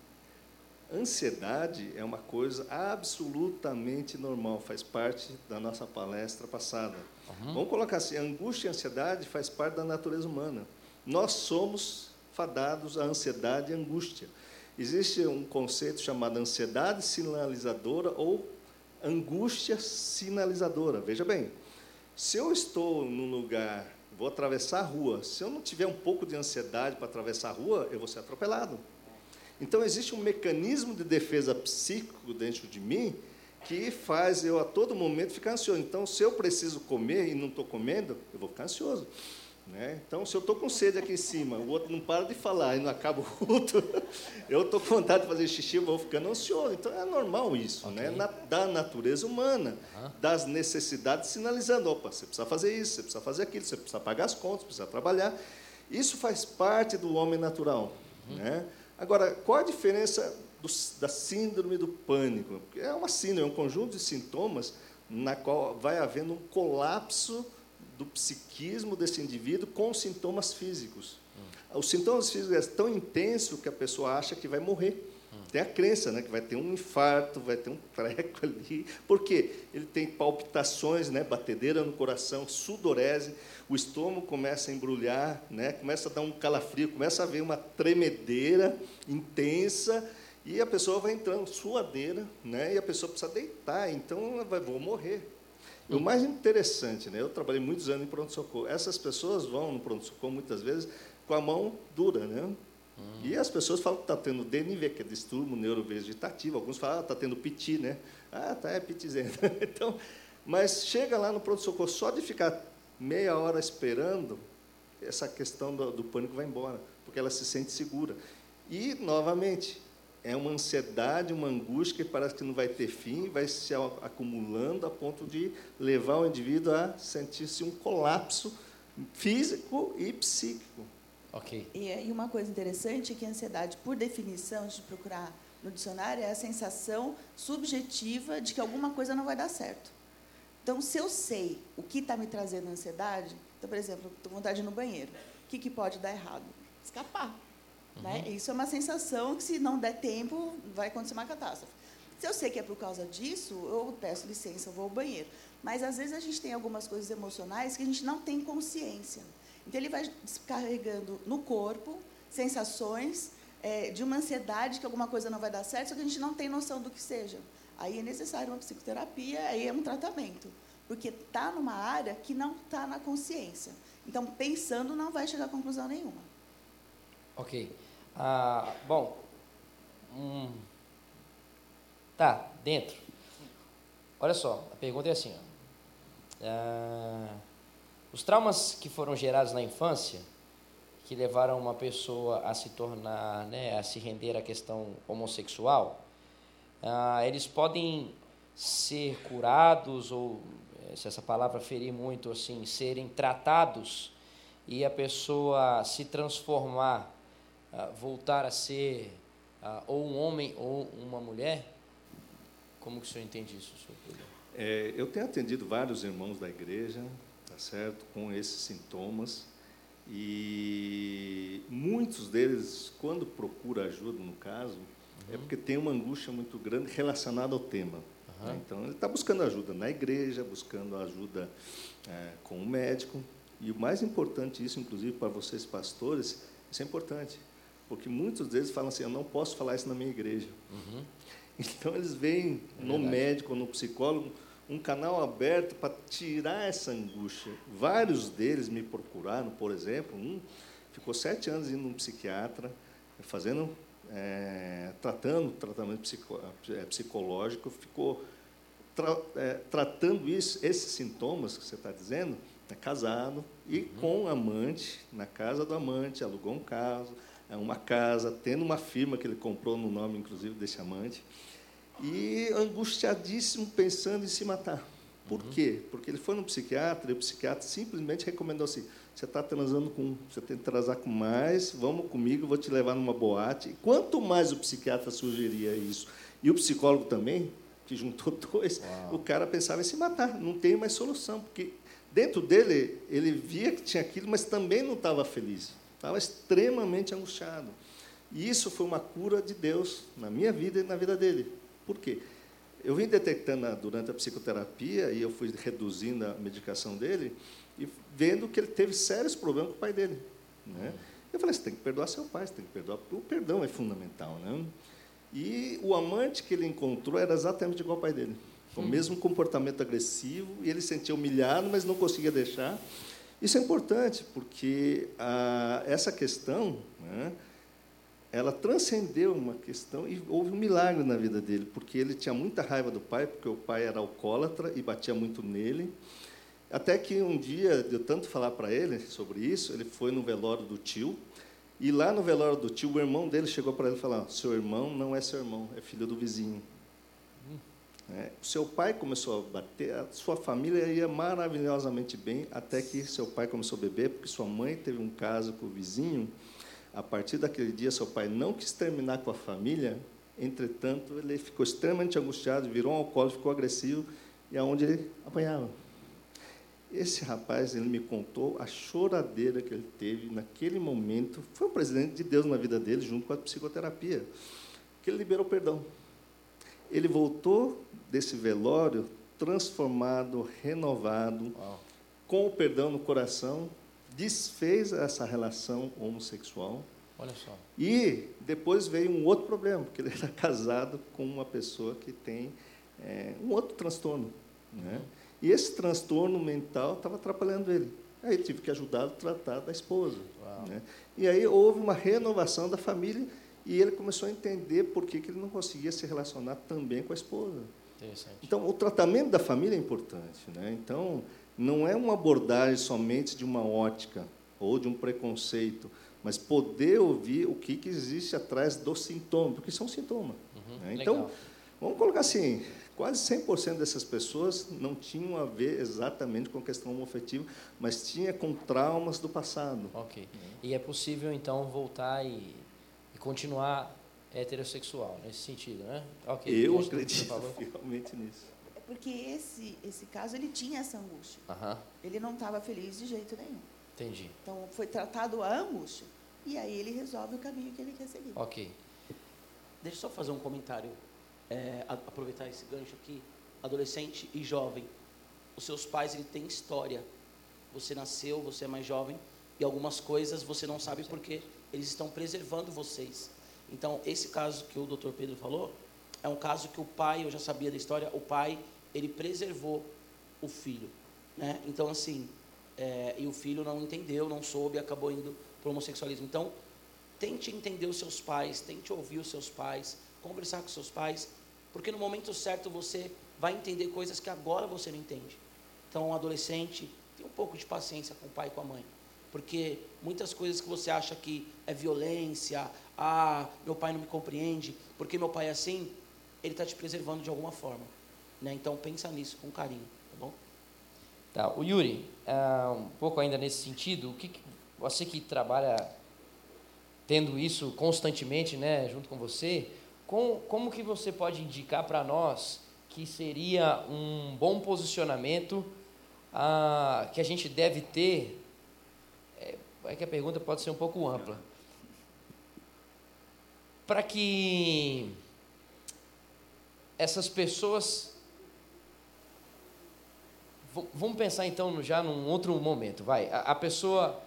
Ansiedade é uma coisa absolutamente normal, faz parte da nossa palestra passada. Uhum. Vamos colocar assim, angústia e ansiedade faz parte da natureza humana. Nós somos fadados à ansiedade e angústia. Existe um conceito chamado ansiedade sinalizadora ou angústia sinalizadora. Veja bem, se eu estou num lugar, vou atravessar a rua, se eu não tiver um pouco de ansiedade para atravessar a rua, eu vou ser atropelado. Então, existe um mecanismo de defesa psíquico dentro de mim que faz eu, a todo momento, ficar ansioso. Então, se eu preciso comer e não estou comendo, eu vou ficar ansioso. Né? Então, se eu estou com sede aqui em cima, o outro não para de falar e não acaba o culto, eu estou com vontade de fazer xixi, eu vou ficando ansioso. Então, é normal isso, okay. né? Na, da natureza humana, uhum. das necessidades sinalizando, opa, você precisa fazer isso, você precisa fazer aquilo, você precisa pagar as contas, precisa trabalhar. Isso faz parte do homem natural. Uhum. Né? Agora, qual a diferença do, da síndrome do pânico? É uma síndrome, é um conjunto de sintomas na qual vai havendo um colapso do psiquismo desse indivíduo com sintomas físicos. Hum. Os sintomas físicos é tão intenso que a pessoa acha que vai morrer. Hum. Tem a crença, né, que vai ter um infarto, vai ter um treco ali. Por quê? Ele tem palpitações, né, batedeira no coração, sudorese, o estômago começa a embrulhar, né, começa a dar um calafrio, começa a haver uma tremedeira intensa, E a pessoa vai entrando suadeira, né? E a pessoa precisa deitar, então ela vai, vou morrer. E o mais interessante, né? Eu trabalhei muitos anos em pronto-socorro. Essas pessoas vão no pronto-socorro, muitas vezes, com a mão dura, né? Hum. E as pessoas falam que está tendo D N V, que é distúrbio neurovegetativo. Alguns falam, ah, está tendo P T, né? Ah, tá, é pitizento. Então, mas chega lá no pronto-socorro, só de ficar meia hora esperando, essa questão do, do pânico vai embora, porque ela se sente segura. E, novamente, é uma ansiedade, uma angústia que parece que não vai ter fim, vai se acumulando a ponto de levar o indivíduo a sentir-se um colapso físico e psíquico. Ok. E aí uma coisa interessante é que a ansiedade, por definição, de procurar no dicionário, é a sensação subjetiva de que alguma coisa não vai dar certo. Então, se eu sei o que está me trazendo ansiedade, então, por exemplo, estou com vontade de ir no banheiro, o que, que pode dar errado? Escapar. Uhum. Né? Isso é uma sensação que, se não der tempo, vai acontecer uma catástrofe. Se eu sei que é por causa disso, eu peço licença, eu vou ao banheiro. Mas, às vezes, a gente tem algumas coisas emocionais que a gente não tem consciência. Então, ele vai descarregando no corpo sensações é, de uma ansiedade que alguma coisa não vai dar certo, só que a gente não tem noção do que seja. Aí é necessário uma psicoterapia, aí é um tratamento. Porque está numa área que não está na consciência. Então, pensando, não vai chegar a conclusão nenhuma. Ok. Ah, bom, hum, tá, dentro. Olha só, a pergunta é assim, ó. Ah, os traumas que foram gerados na infância, que levaram uma pessoa a se tornar, né, a se render à questão homossexual, ah, eles podem ser curados, ou, se essa palavra ferir muito, assim, serem tratados e a pessoa se transformar, ah, voltar a ser ah, ou um homem ou uma mulher? Como que o senhor entende isso, senhor Pedro? É, eu tenho atendido vários irmãos da igreja, tá certo, com esses sintomas, e muitos deles, quando procuram ajuda, no caso, uhum. é porque tem uma angústia muito grande relacionada ao tema. Uhum. Né? Então, ele está buscando ajuda na igreja, buscando ajuda é, com o médico, e o mais importante, isso, inclusive, para vocês pastores, isso é importante, porque muitos deles falam assim, eu não posso falar isso na minha igreja. Uhum. Então, eles veem é no médico, no psicólogo, um canal aberto para tirar essa angústia. Vários deles me procuraram, por exemplo, um ficou sete anos indo num psiquiatra, fazendo, é, tratando tratamento psico, é, psicológico, ficou tra, é, tratando isso, esses sintomas que você está dizendo, é, casado e uhum. com amante, na casa do amante, alugou um caso, uma casa, tendo uma firma que ele comprou no nome, inclusive, desse amante, e angustiadíssimo, pensando em se matar. Por uhum. quê? Porque ele foi no psiquiatra, e o psiquiatra simplesmente recomendou assim, você está transando com um, você tem que transar com mais, vamos comigo, vou te levar numa boate. E quanto mais o psiquiatra sugeria isso, e o psicólogo também, que juntou dois, Uau. O cara pensava em se matar, não tem mais solução, porque dentro dele, ele via que tinha aquilo, mas também não estava feliz, estava extremamente angustiado. E isso foi uma cura de Deus na minha vida e na vida dele. Por quê? Eu vim detectando durante a psicoterapia, e eu fui reduzindo a medicação dele, e vendo que ele teve sérios problemas com o pai dele. Né? Eu falei, você tem que perdoar seu pai, você tem que perdoar, porque o perdão é fundamental. Né? E o amante que ele encontrou era exatamente igual ao pai dele, com o mesmo comportamento agressivo, e ele se sentia humilhado, mas não conseguia deixar. Isso é importante, porque a, essa questão, né, ela transcendeu uma questão e houve um milagre na vida dele, porque ele tinha muita raiva do pai, porque o pai era alcoólatra e batia muito nele, até que um dia, de eu tanto falar para ele sobre isso, ele foi no velório do tio, e lá no velório do tio, o irmão dele chegou para ele e falou, seu irmão não é seu irmão, é filho do vizinho. Hum. É, o seu pai começou a bater, a sua família ia maravilhosamente bem, até que seu pai começou a beber, porque sua mãe teve um caso com o vizinho. A partir daquele dia, seu pai não quis terminar com a família, entretanto, ele ficou extremamente angustiado, virou um alcoólico, ficou agressivo, e aonde ele apanhava. Esse rapaz, ele me contou a choradeira que ele teve naquele momento, foi o presente de Deus na vida dele, junto com a psicoterapia, que ele liberou perdão. Ele voltou desse velório transformado, renovado, Uau. Com o perdão no coração, desfez essa relação homossexual, Olha só. E depois veio um outro problema, porque ele era casado com uma pessoa que tem é, um outro transtorno, né? E esse transtorno mental estava atrapalhando ele. Aí ele tive que ajudá-lo a tratar da esposa, né? E aí houve uma renovação da família e ele começou a entender por que, que ele não conseguia se relacionar também com a esposa. Então, o tratamento da família é importante, né? Então, não é uma abordagem somente de uma ótica ou de um preconceito, mas poder ouvir o que, que existe atrás do sintoma, porque são sintomas. Uhum, né? Então, legal. vamos colocar assim, quase cem por cento dessas pessoas não tinham a ver exatamente com a questão homoafetiva, mas tinha com traumas do passado. Ok. E é possível, então, voltar e, e continuar heterossexual, nesse sentido, né? Okay, eu acredito realmente nisso. É porque esse, esse caso, ele tinha essa angústia. Uhum. Ele não estava feliz de jeito nenhum. Entendi. Então, foi tratado a angústia. E aí ele resolve o caminho que ele quer seguir. Ok. Deixa eu só fazer um comentário. É, a- aproveitar esse gancho aqui. Adolescente e jovem. Os seus pais, ele tem história. Você nasceu, você é mais jovem. E algumas coisas você não sabe porque eles estão preservando vocês. Então, esse caso que o doutor Pedro falou, é um caso que o pai, eu já sabia da história, o pai, ele preservou o filho, né? Então, assim, é, e o filho não entendeu, não soube, acabou indo para o homossexualismo. Então, tente entender os seus pais, tente ouvir os seus pais, conversar com os seus pais, porque no momento certo você vai entender coisas que agora você não entende. Então, um adolescente, tenha um pouco de paciência com o pai e com a mãe, porque muitas coisas que você acha que é violência, ah, meu pai não me compreende, porque meu pai é assim, ele está te preservando de alguma forma, né? Então pensa nisso com carinho, tá bom? Tá, o Yuri, ah, um pouco ainda nesse sentido, o que, que você que trabalha tendo isso constantemente, né, junto com você, com, como que você pode indicar para nós que seria um bom posicionamento ah, que a gente deve ter? É, é que a pergunta pode ser um pouco ampla. Para que essas pessoas... v- Vamos pensar então já num outro momento, vai. A, a pessoa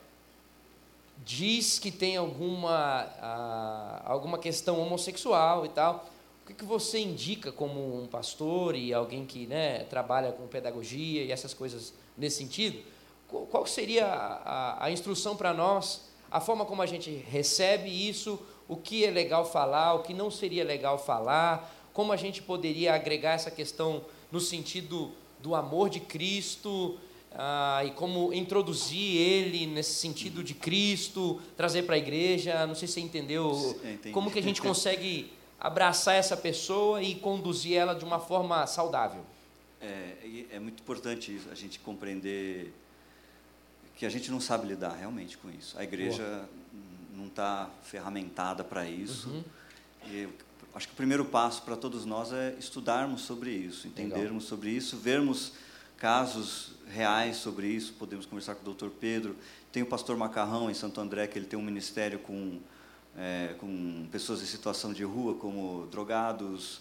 diz que tem alguma, a, alguma questão homossexual e tal. O que, que você indica como um pastor e alguém que, né, trabalha com pedagogia e essas coisas nesse sentido? Qual, qual seria a, a, a instrução para nós, a forma como a gente recebe isso, o que é legal falar, o que não seria legal falar, como a gente poderia agregar essa questão no sentido do amor de Cristo, ah, e como introduzir ele nesse sentido de Cristo, trazer para a igreja? Não sei se você entendeu. É, entendi. Como que a gente consegue abraçar essa pessoa e conduzir ela de uma forma saudável? É, e é muito importante isso, a gente compreender que a gente não sabe lidar realmente com isso. A igreja não está ferramentada para isso. Uhum. E eu acho que o primeiro passo para todos nós é estudarmos sobre isso, entendermos Legal. sobre isso, vermos casos reais sobre isso. Podemos conversar com o doutor Pedro. Tem o pastor Macarrão, em Santo André, que ele tem um ministério com, é, com pessoas em situação de rua, como drogados,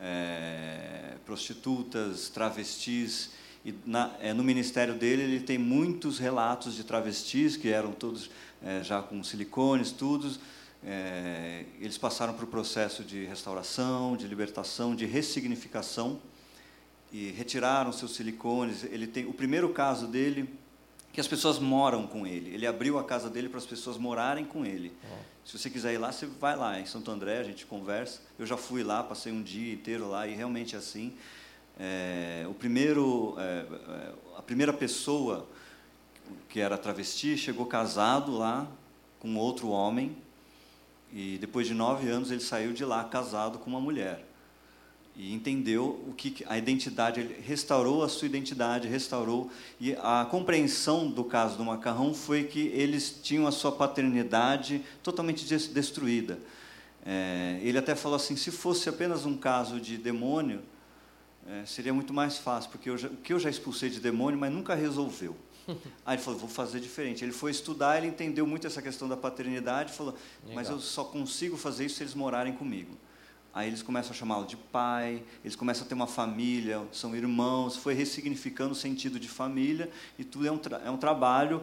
é, prostitutas, travestis. E na, é, no ministério dele, ele tem muitos relatos de travestis, que eram todos é, já com silicones, tudo. É, eles passaram por um processo de restauração, de libertação, de ressignificação, e retiraram seus silicones. Ele tem o primeiro caso dele, que as pessoas moram com ele. Ele abriu a casa dele para as pessoas morarem com ele. Oh. Se você quiser ir lá, você vai lá, em Santo André, a gente conversa. Eu já fui lá, passei um dia inteiro lá, e realmente é assim. É, o primeiro, é, a primeira pessoa que era travesti chegou casado lá com outro homem, e depois de nove anos ele saiu de lá casado com uma mulher e entendeu o que a identidade, ele restaurou a sua identidade, restaurou. E a compreensão do caso do Macarrão foi que eles tinham a sua paternidade totalmente destruída. É, ele até falou assim: se fosse apenas um caso de demônio, É, seria muito mais fácil, porque eu já, o que eu já expulsei de demônio, mas nunca resolveu. Aí ele falou: vou fazer diferente. Ele foi estudar, ele entendeu muito essa questão da paternidade, falou: Legal. mas eu só consigo fazer isso se eles morarem comigo. Aí eles começam a chamá-lo de pai, eles começam a ter uma família, são irmãos, foi ressignificando o sentido de família, e tudo é um, tra é um trabalho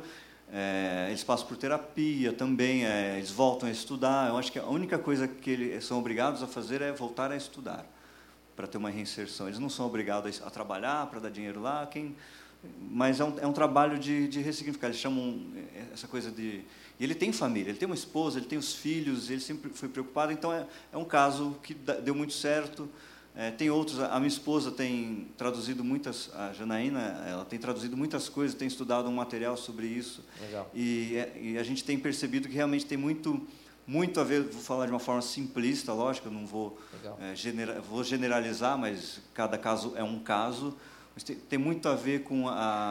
é, eles passam por terapia também, é, eles voltam a estudar. Eu acho que a única coisa que eles são obrigados a fazer é voltar a estudar, para ter uma reinserção. Eles não são obrigados a, a trabalhar para dar dinheiro lá, quem, mas é um, é um trabalho de, de ressignificar. Eles chamam essa coisa de... E ele tem família, ele tem uma esposa, ele tem os filhos, ele sempre foi preocupado, então é, é um caso que deu muito certo. É, tem outros, a minha esposa tem traduzido muitas, a Janaína, ela tem traduzido muitas coisas, tem estudado um material sobre isso. Legal. E, e a gente tem percebido que realmente tem muito, muito a ver, vou falar de uma forma simplista, lógico, eu não vou, é, genera, vou generalizar, mas cada caso é um caso, mas tem, tem muito a ver com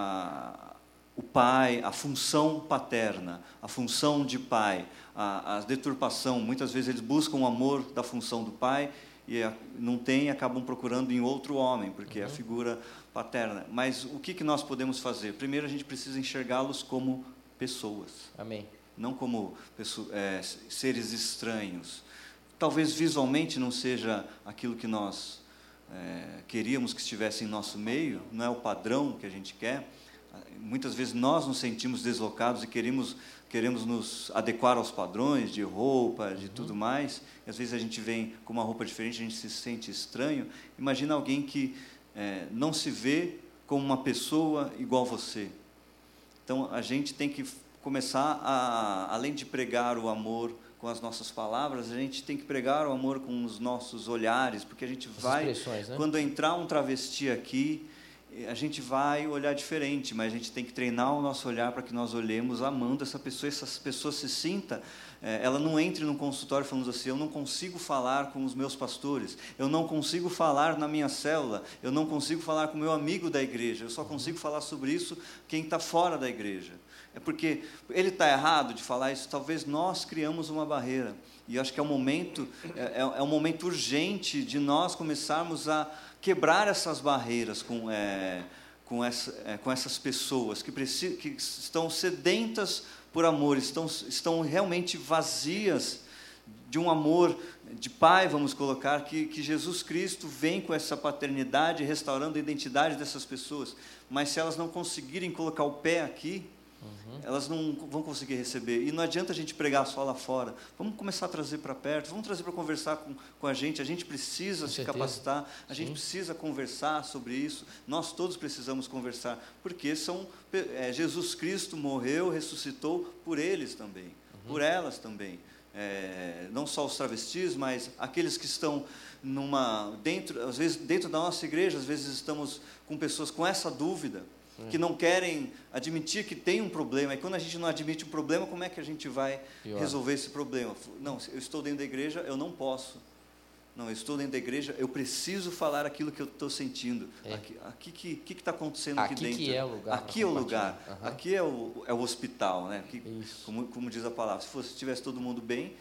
a, o pai, a função paterna, a função de pai, a, a deturpação. Muitas vezes eles buscam o amor da função do pai, e não tem, acabam procurando em outro homem, porque uhum. é a figura paterna. Mas o que, que nós podemos fazer? Primeiro, a gente precisa enxergá-los como pessoas. Amém. Não como pessoas, é, seres estranhos. Talvez visualmente não seja aquilo que nós é, queríamos que estivesse em nosso meio, não é o padrão que a gente quer. Muitas vezes nós nos sentimos deslocados e queremos, queremos nos adequar aos padrões de roupa, de uhum. tudo mais. Às vezes a gente vem com uma roupa diferente, a gente se sente estranho. Imagina alguém que é, não se vê como uma pessoa igual você. Então, a gente tem que começar a, além de pregar o amor com as nossas palavras, a gente tem que pregar o amor com os nossos olhares, porque a gente as vai, né? quando entrar um travesti aqui, a gente vai olhar diferente, mas a gente tem que treinar o nosso olhar para que nós olhemos amando essa pessoa, e essa pessoa se sinta, é, ela não entre num consultório falando assim, eu não consigo falar com os meus pastores, eu não consigo falar na minha célula, eu não consigo falar com o meu amigo da igreja, eu só consigo falar sobre isso quem está fora da igreja. É porque ele está errado de falar isso, talvez nós criamos uma barreira, e eu acho que é um momento, é, é um momento urgente de nós começarmos a quebrar essas barreiras com, é, com, essa, é, com essas pessoas que, precisam, que estão sedentas por amor, estão, estão realmente vazias de um amor de pai, vamos colocar, que, que Jesus Cristo vem com essa paternidade, restaurando a identidade dessas pessoas, mas se elas não conseguirem colocar o pé aqui, uhum. elas não vão conseguir receber. E não adianta a gente pregar só lá fora. Vamos começar a trazer para perto, vamos trazer para conversar com, com a gente. A gente precisa com se certeza. capacitar, a Sim. gente precisa conversar sobre isso. Nós todos precisamos conversar, porque são, é, Jesus Cristo morreu, ressuscitou por eles também, uhum. por elas também. É, não só os travestis, mas aqueles que estão numa, dentro, às vezes dentro da nossa igreja, às vezes estamos com pessoas com essa dúvida, que não querem admitir que tem um problema. E quando a gente não admite um problema, como é que a gente vai Pior. resolver esse problema? Não, eu estou dentro da igreja, eu não posso. Não, eu estou dentro da igreja, eu preciso falar aquilo que eu estou sentindo. É. Aqui o que que que está acontecendo aqui, aqui dentro? Que é o lugar aqui é o lugar. Uhum. Aqui é o, é o hospital, né? Aqui, como, como diz a palavra. Se fosse, tivesse todo mundo bem,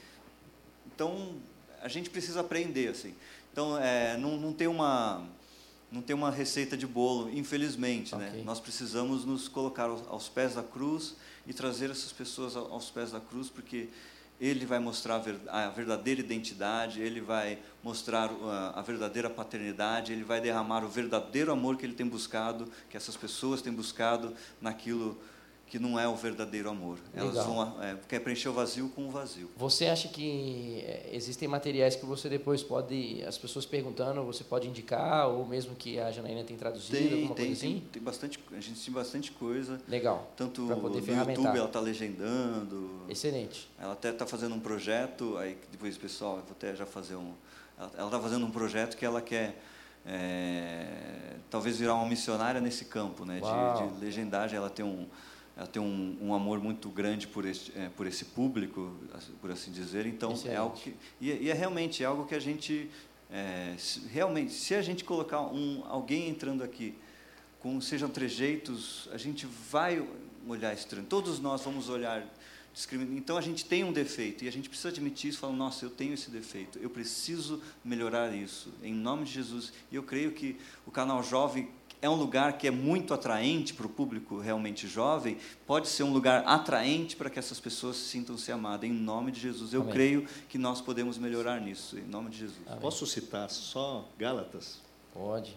então a gente precisa aprender assim. Então, é, não, não tem uma não tem uma receita de bolo, infelizmente, okay. né? Nós precisamos nos colocar aos, aos pés da cruz e trazer essas pessoas aos pés da cruz, porque Ele vai mostrar a verdadeira identidade, Ele vai mostrar a verdadeira paternidade, Ele vai derramar o verdadeiro amor que Ele tem buscado, que essas pessoas têm buscado naquilo que não é o verdadeiro amor. Legal. Elas vão é, quer preencher o vazio com o vazio. Você acha que é, existem materiais que você depois pode, as pessoas perguntando, você pode indicar, ou mesmo que a Janaína tem traduzido, tem, alguma tem, coisa assim? Tem, tem bastante, a gente tem bastante coisa. Legal. Tanto no YouTube ela está legendando. Excelente. Ela até está fazendo um projeto, aí depois, pessoal, eu vou até já fazer um... Ela está fazendo um projeto que ela quer... É, talvez virar uma missionária nesse campo, né, de, de legendagem. Ela tem um... Ela tem um, um amor muito grande por esse, é, por esse público, por assim dizer. Então, Excelente. é algo que... E, e é realmente é algo que a gente... É, se, realmente, se a gente colocar um, alguém entrando aqui, com sejam trejeitos, a gente vai olhar estranho. Todos nós vamos olhar discriminando. Então, a gente tem um defeito, e a gente precisa admitir isso, falar, nossa, eu tenho esse defeito, eu preciso melhorar isso, em nome de Jesus. E eu creio que o canal Jovem... é um lugar que é muito atraente para o público realmente jovem, pode ser um lugar atraente para que essas pessoas se sintam-se amadas, em nome de Jesus. Eu Amém. creio que nós podemos melhorar nisso, em nome de Jesus. Amém. Posso citar só Gálatas? Pode.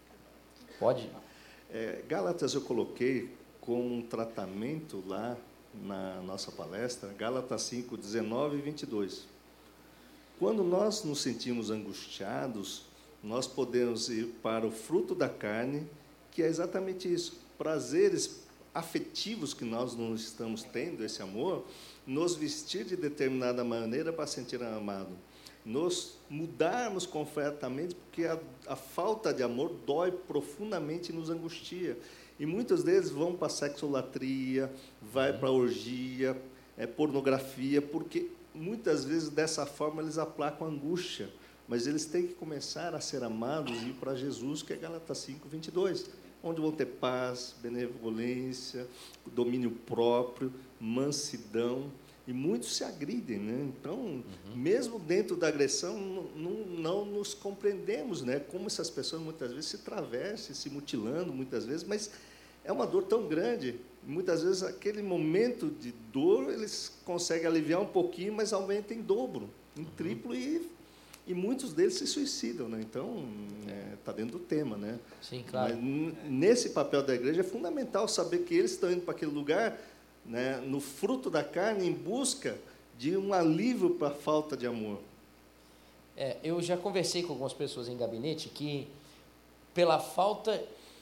Pode. É, Gálatas eu coloquei com um tratamento lá na nossa palestra, Gálatas cinco, dezenove e vinte e dois. Quando nós nos sentimos angustiados, nós podemos ir para o fruto da carne, que é exatamente isso, prazeres afetivos que nós não estamos tendo, esse amor, nos vestir de determinada maneira para sentir amado, nos mudarmos completamente, porque a, a falta de amor dói profundamente e nos angustia. E muitos deles vão para a sexolatria, vai para a orgia, é, pornografia, porque muitas vezes dessa forma eles aplacam a angústia, mas eles têm que começar a ser amados e ir para Jesus, que é Gálatas cinco, vinte e dois, onde vão ter paz, benevolência, domínio próprio, mansidão, e muitos se agridem, né? Então, uhum. mesmo dentro da agressão, não, não nos compreendemos, né? Como essas pessoas muitas vezes se travestem, se mutilando, muitas vezes, mas é uma dor tão grande, muitas vezes aquele momento de dor, eles conseguem aliviar um pouquinho, mas aumenta em dobro, em triplo, uhum. e, e muitos deles se suicidam, né? Então, está é, dentro do tema, né? Sim, claro. Mas, nesse papel da igreja, é fundamental saber que eles estão indo para aquele lugar, né, no fruto da carne, em busca de um alívio para a falta de amor. É, eu já conversei com algumas pessoas em gabinete que, pela falta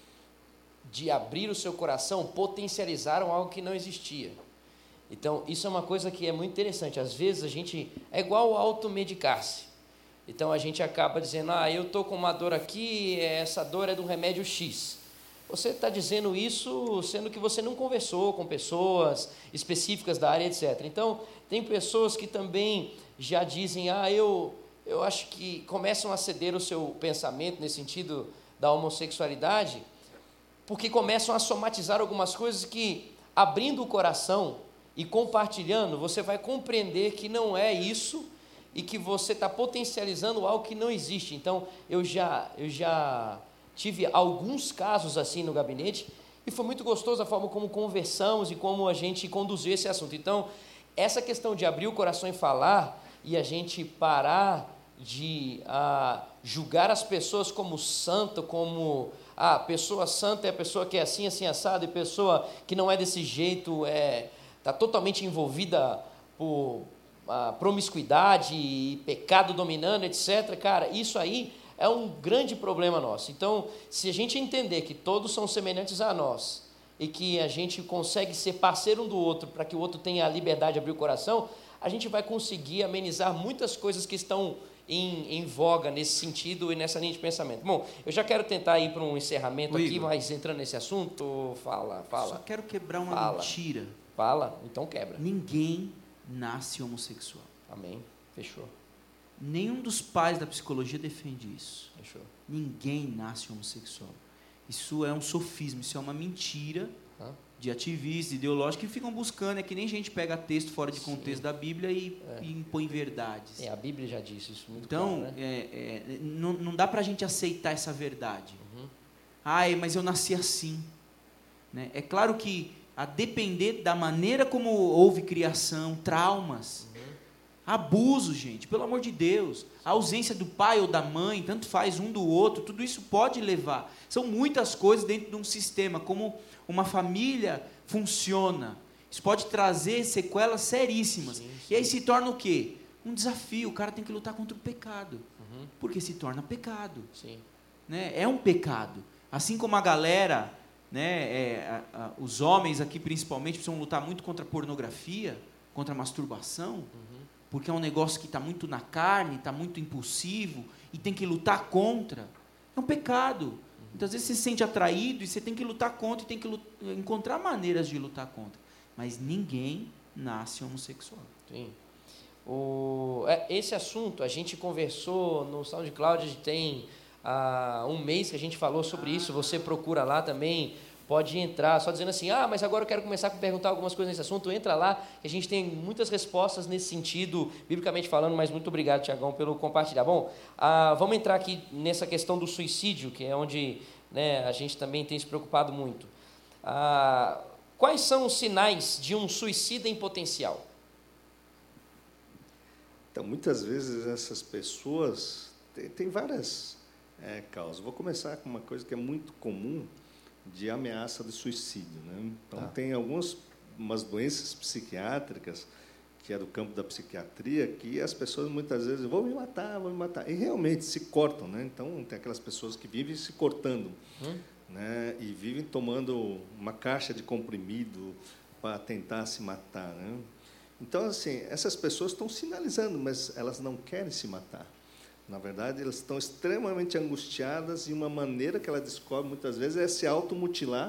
de abrir o seu coração, potencializaram algo que não existia. Então, isso é uma coisa que é muito interessante. Às vezes, a gente... É igual automedicar-se. Então, a gente acaba dizendo, ah, eu estou com uma dor aqui, essa dor é do remédio X. Você está dizendo isso sendo que você não conversou com pessoas específicas da área, etcétera. Então, tem pessoas que também já dizem, ah, eu, eu acho que começam a ceder o seu pensamento nesse sentido da homossexualidade, porque começam a somatizar algumas coisas que, abrindo o coração e compartilhando, você vai compreender que não é isso e que você está potencializando algo que não existe. Então, eu já... Eu já tive alguns casos assim no gabinete e foi muito gostoso a forma como conversamos e como a gente conduziu esse assunto. Então, essa questão de abrir o coração e falar e a gente parar de ah, julgar as pessoas como santa, como a ah, pessoa santa é a pessoa que é assim, assim, assado, e pessoa que não é desse jeito é está totalmente envolvida por ah, promiscuidade e pecado dominando, etcétera. Cara, isso aí é um grande problema nosso. Então, se a gente entender que todos são semelhantes a nós e que a gente consegue ser parceiro um do outro para que o outro tenha a liberdade de abrir o coração, a gente vai conseguir amenizar muitas coisas que estão em, em voga nesse sentido e nessa linha de pensamento. Bom, eu já quero tentar ir para um encerramento Ô, aqui, Igor, mas entrando nesse assunto, fala, fala. Só quero quebrar uma fala, mentira. Fala, então quebra. Ninguém nasce homossexual. Amém, fechou. Nenhum dos pais da psicologia defende isso. Fechou. Ninguém nasce homossexual. Isso é um sofismo, isso é uma mentira Hã? de ativistas, ideológicos, que ficam buscando, é que nem gente pega texto fora de contexto Sim. da Bíblia e, é. e impõe verdades. É, a Bíblia já disse isso muito Então, claro, né? é, é, não, não dá para a gente aceitar essa verdade. Uhum. Ai, mas eu nasci assim. Né? É claro que, a depender da maneira como houve criação, traumas, abuso, gente, pelo amor de Deus, a ausência do pai ou da mãe, tanto faz um do outro, tudo isso pode levar. São muitas coisas dentro de um sistema, como uma família funciona. Isso pode trazer sequelas seríssimas. Sim, sim. E aí se torna o quê? Um desafio. O cara tem que lutar contra o pecado. Uhum. Porque se torna pecado. Sim. Né? É um pecado. Assim como a galera, né, é, a, a, os homens aqui principalmente, precisam lutar muito contra a pornografia, contra a masturbação, uhum. porque é um negócio que está muito na carne, está muito impulsivo, e tem que lutar contra. É um pecado. Uhum. Então, às vezes, você se sente atraído, e você tem que lutar contra, e tem que lutar, encontrar maneiras de lutar contra. Mas ninguém nasce homossexual. Sim. O, esse assunto, a gente conversou no SoundCloud, a gente tem ah, um mês que a gente falou sobre isso, você procura lá também, pode entrar, só dizendo assim, ah, mas agora eu quero começar a perguntar algumas coisas nesse assunto, entra lá, que a gente tem muitas respostas nesse sentido, biblicamente falando, mas muito obrigado, Tiagão, pelo compartilhar. Bom, ah, vamos entrar aqui nessa questão do suicídio, que é onde, né, a gente também tem se preocupado muito. Ah, quais são os sinais de um suicida em potencial? Então, muitas vezes essas pessoas, tem, tem várias é, causas. Vou começar com uma coisa que é muito comum, de ameaça de suicídio. Né? Então, tá. tem algumas umas doenças psiquiátricas, que é do campo da psiquiatria, que as pessoas muitas vezes vão me matar, vão me matar, e realmente se cortam, né? Então, tem aquelas pessoas que vivem se cortando, hum? né? E vivem tomando uma caixa de comprimido para tentar se matar, né? Então, assim, essas pessoas estão sinalizando, mas elas não querem se matar. Na verdade, elas estão extremamente angustiadas, e uma maneira que ela descobre, muitas vezes, é se automutilar,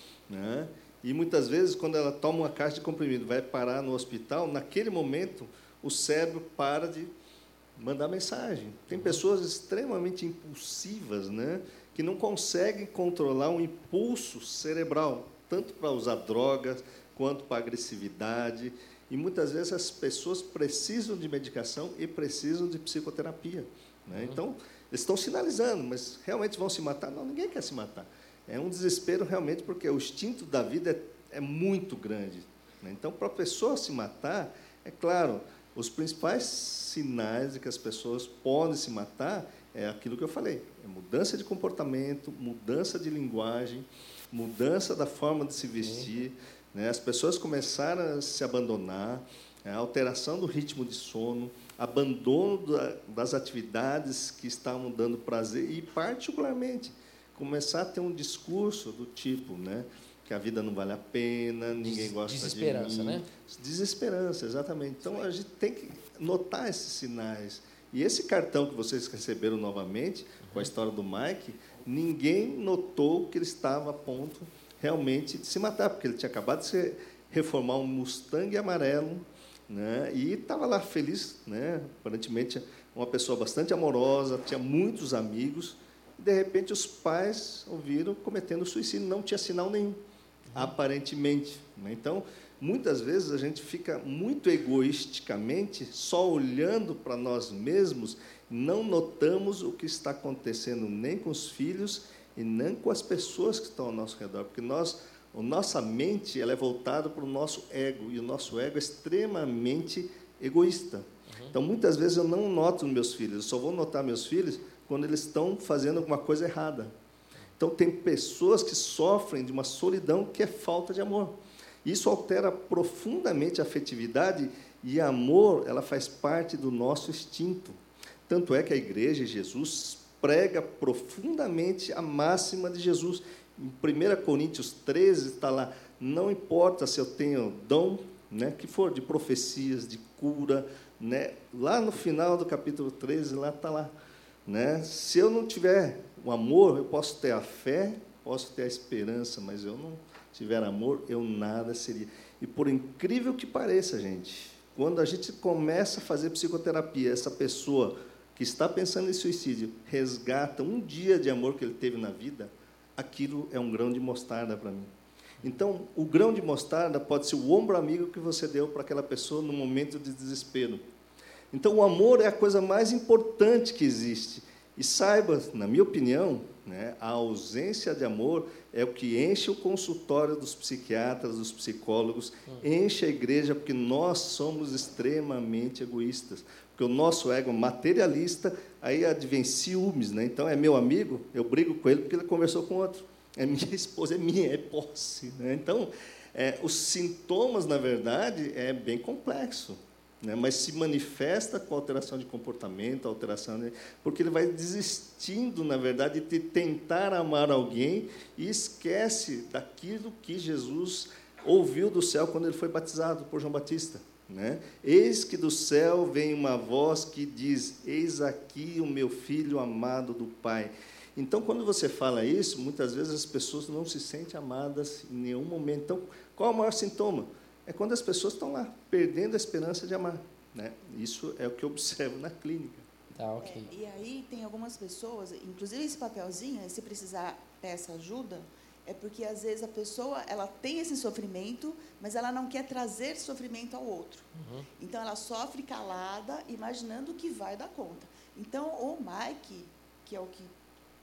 né? E, muitas vezes, quando ela toma uma caixa de comprimido, vai parar no hospital, naquele momento, o cérebro para de mandar mensagem. Tem pessoas extremamente impulsivas, né, que não conseguem controlar um impulso cerebral, tanto para usar drogas, quanto para agressividade. E, muitas vezes, as pessoas precisam de medicação e precisam de psicoterapia, né? Uhum. Então, eles estão sinalizando, mas realmente vão se matar? Não, ninguém quer se matar. É um desespero realmente, porque o instinto da vida é, é muito grande, né? Então, para a pessoa se matar, é claro, os principais sinais de que as pessoas podem se matar é aquilo que eu falei, é mudança de comportamento, mudança de linguagem, mudança da forma de se vestir, né? As pessoas começaram a se abandonar, a alteração do ritmo de sono, abandono da, das atividades que estavam dando prazer e, particularmente, começar a ter um discurso do tipo, né, que a vida não vale a pena, ninguém Des gosta de mim. Desesperança, né? Desesperança, exatamente. Então, a gente tem que notar esses sinais. E esse cartão que vocês receberam novamente, com a história do Mike, ninguém notou que ele estava a ponto realmente de se matar, porque ele tinha acabado de se reformar um Mustang amarelo, né, e estava lá feliz, né, aparentemente uma pessoa bastante amorosa, tinha muitos amigos. De repente, os pais ouviram cometendo suicídio, não tinha sinal nenhum, uhum. aparentemente, né? Então, muitas vezes, a gente fica muito egoisticamente só olhando para nós mesmos, não notamos o que está acontecendo nem com os filhos e nem com as pessoas que estão ao nosso redor, porque nós, a nossa mente ela é voltada para o nosso ego, e o nosso ego é extremamente egoísta. Uhum. Então, muitas vezes, eu não noto nos meus filhos, eu só vou notar meus filhos quando eles estão fazendo alguma coisa errada. Então, tem pessoas que sofrem de uma solidão que é falta de amor. Isso altera profundamente a afetividade, e amor, ela faz parte do nosso instinto. Tanto é que a igreja, Jesus, prega profundamente a máxima de Jesus. Em primeira Coríntios treze, está lá, não importa se eu tenho dom, né, que for de profecias, de cura, né, lá no final do capítulo treze, lá está lá, né? Se eu não tiver o amor, eu posso ter a fé, posso ter a esperança, mas eu não tiver amor, eu nada seria. E por incrível que pareça, gente, quando a gente começa a fazer psicoterapia, essa pessoa que está pensando em suicídio resgata um dia de amor que ele teve na vida, aquilo é um grão de mostarda para mim. Então, o grão de mostarda pode ser o ombro amigo que você deu para aquela pessoa no momento de desespero. Então, o amor é a coisa mais importante que existe. E saiba, na minha opinião, né, a ausência de amor é o que enche o consultório dos psiquiatras, dos psicólogos, enche a igreja, porque nós somos extremamente egoístas. Porque o nosso ego materialista, aí advém ciúmes, né? Então, é meu amigo, eu brigo com ele porque ele conversou com outro. É minha esposa, é minha, é posse, né? Então, é, os sintomas, na verdade, é bem complexo, né? Mas se manifesta com alteração de comportamento, alteração de... porque ele vai desistindo, na verdade, de tentar amar alguém e esquece daquilo que Jesus ouviu do céu quando ele foi batizado por João Batista, né? Eis que do céu vem uma voz que diz, eis aqui o meu filho amado do Pai. Então, quando você fala isso, muitas vezes as pessoas não se sentem amadas em nenhum momento. Então, qual é o maior sintoma? É quando as pessoas estão lá, perdendo a esperança de amar, né? Isso é o que eu observo na clínica. Tá, ok. É, e aí tem algumas pessoas, inclusive esse papelzinho, se precisar peça ajuda, é porque às vezes a pessoa ela tem esse sofrimento, mas ela não quer trazer sofrimento ao outro. Uhum. Então ela sofre calada, imaginando que vai dar conta. Então o Mike, que é o que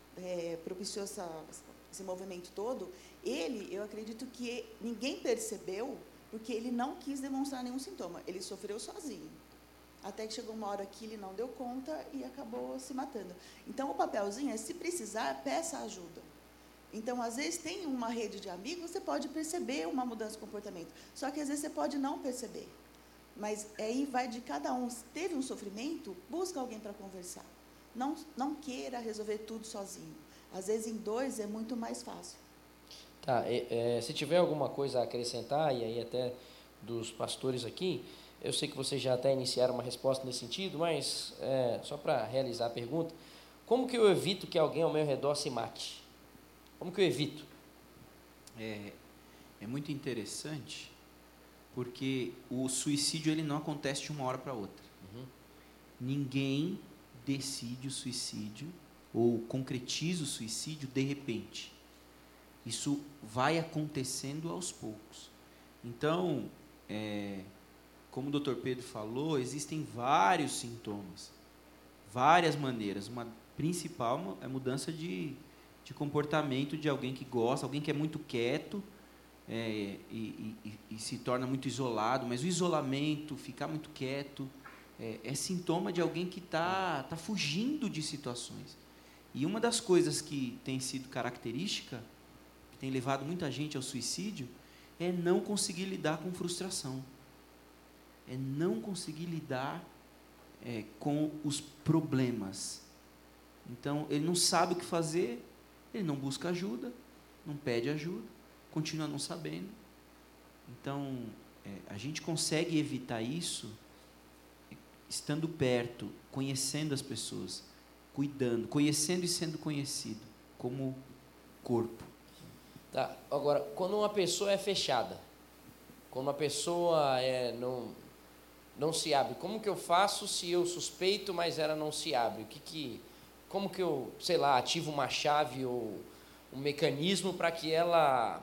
é, propiciou essa, esse movimento todo, ele, eu acredito que ninguém percebeu, porque ele não quis demonstrar nenhum sintoma. Ele sofreu sozinho. Até que chegou uma hora que ele não deu conta e acabou se matando. Então, o papelzinho é, se precisar, peça ajuda. Então, às vezes, tem uma rede de amigos, você pode perceber uma mudança de comportamento. Só que, às vezes, você pode não perceber. Mas aí vai de cada um. Se teve um sofrimento, busca alguém para conversar. Não, não queira resolver tudo sozinho. Às vezes, em dois, é muito mais fácil. Tá, é, é, se tiver alguma coisa a acrescentar, e aí até dos pastores aqui, eu sei que vocês já até iniciaram uma resposta nesse sentido, mas é, só para realizar a pergunta, como que eu evito que alguém ao meu redor se mate? Como que eu evito? É, é muito interessante, porque o suicídio ele não acontece de uma hora para outra. Uhum. Ninguém decide o suicídio ou concretiza o suicídio de repente. Isso vai acontecendo aos poucos. Então, é, como o doutor Pedro falou, existem vários sintomas, várias maneiras. Uma principal é a mudança de, de comportamento de alguém que gosta, alguém que é muito quieto é, e, e, e se torna muito isolado, mas o isolamento, ficar muito quieto, é, é sintoma de alguém que está tá fugindo de situações. E uma das coisas que tem sido característica, que tem levado muita gente ao suicídio, é não conseguir lidar com frustração. É não conseguir lidar é, com os problemas. Então, ele não sabe o que fazer, ele não busca ajuda, não pede ajuda, continua não sabendo. Então, é, a gente consegue evitar isso estando perto, conhecendo as pessoas, cuidando, conhecendo e sendo conhecido como corpo. Tá, agora, quando uma pessoa é fechada, quando uma pessoa é, não, não se abre, como que eu faço se eu suspeito, mas ela não se abre? O que que, como que eu, sei lá, ativo uma chave ou um mecanismo para que ela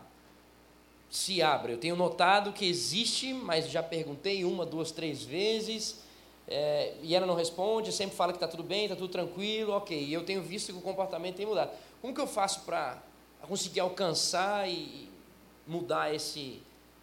se abra? Eu tenho notado que existe, mas já perguntei uma, duas, três vezes, é, e ela não responde, sempre fala que está tudo bem, está tudo tranquilo, ok. E eu tenho visto que o comportamento tem mudado. Como que eu faço para conseguir alcançar e mudar esse...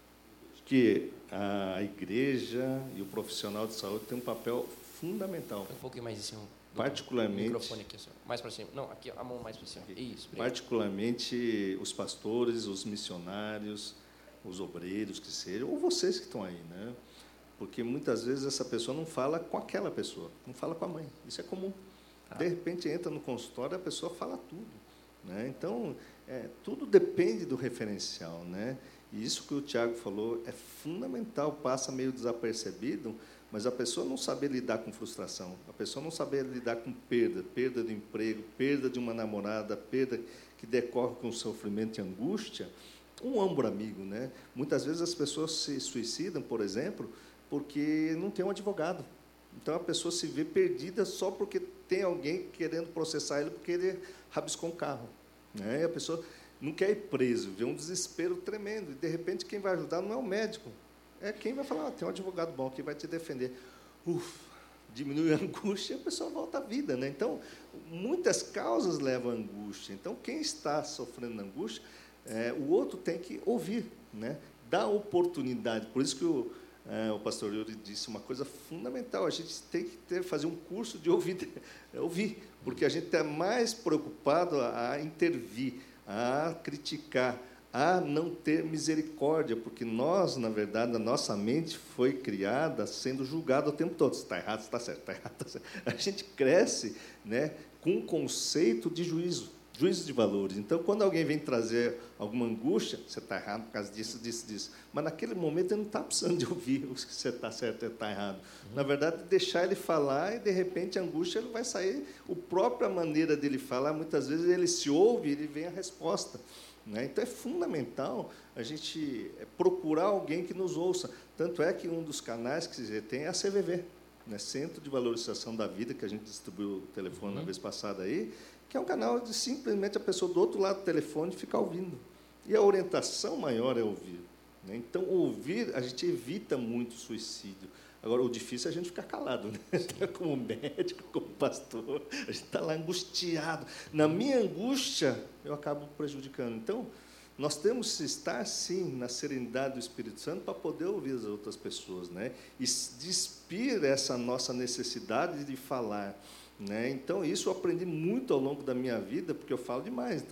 Que a igreja e o profissional de saúde têm um papel fundamental. Um pouquinho mais em cima. Particularmente... O microfone aqui, assim, mais para cima. Não, aqui, a mão mais para cima. Isso. Obrigado. Particularmente os pastores, os missionários, os obreiros que sejam, ou vocês que estão aí, né? Porque muitas vezes essa pessoa não fala com aquela pessoa, não fala com a mãe. Isso é comum. Ah. De repente entra no consultório e a pessoa fala tudo, né? Então, é, tudo depende do referencial, né? E isso que o Tiago falou é fundamental, passa meio desapercebido, mas a pessoa não saber lidar com frustração, a pessoa não saber lidar com perda, perda do emprego, perda de uma namorada, perda que decorre com sofrimento e angústia, um ombro amigo, né? Muitas vezes as pessoas se suicidam, por exemplo, porque não tem um advogado. Então, a pessoa se vê perdida só porque tem alguém querendo processar ele porque ele rabiscou um carro, né? E a pessoa não quer ir preso, vê um desespero tremendo. E, de repente, quem vai ajudar não é o médico, é quem vai falar, ah, tem um advogado bom que vai te defender. Ufa, diminui a angústia e a pessoa volta à vida, né? Então, muitas causas levam à angústia. Então, quem está sofrendo angústia, é, o outro tem que ouvir, né? Dar oportunidade. Por isso que o É, o pastor Yuri disse uma coisa fundamental, a gente tem que ter, fazer um curso de ouvir, ouvir, porque a gente está mais preocupado a, a intervir, a criticar, a não ter misericórdia, porque nós, na verdade, a nossa mente foi criada sendo julgada o tempo todo, se está errado, se está certo, está errado, está certo. A gente cresce, né, com um conceito de juízo, juízo de valores. Então, quando alguém vem trazer alguma angústia, você está errado por causa disso, disso, disso. Mas, naquele momento, ele não está precisando de ouvir se você está certo ou está errado. Uhum. Na verdade, deixar ele falar e, de repente, a angústia ele vai sair. A própria maneira dele falar, muitas vezes, ele se ouve e ele vem a resposta, né? Então, é fundamental a gente procurar alguém que nos ouça. Tanto é que um dos canais que você tem é a C V V, né? Centro de Valorização da Vida, que a gente distribuiu o telefone uhum. na vez passada aí, que é um canal de simplesmente a pessoa do outro lado do telefone ficar ouvindo. E a orientação maior é ouvir, né? Então, ouvir, a gente evita muito suicídio. Agora, o difícil é a gente ficar calado, né? Como médico, como pastor, a gente está lá angustiado. Na minha angústia, eu acabo prejudicando. Então, nós temos que estar, sim, na serenidade do Espírito Santo para poder ouvir as outras pessoas, né? E despir essa nossa necessidade de falar, né? Então, isso eu aprendi muito ao longo da minha vida, porque eu falo demais. Então,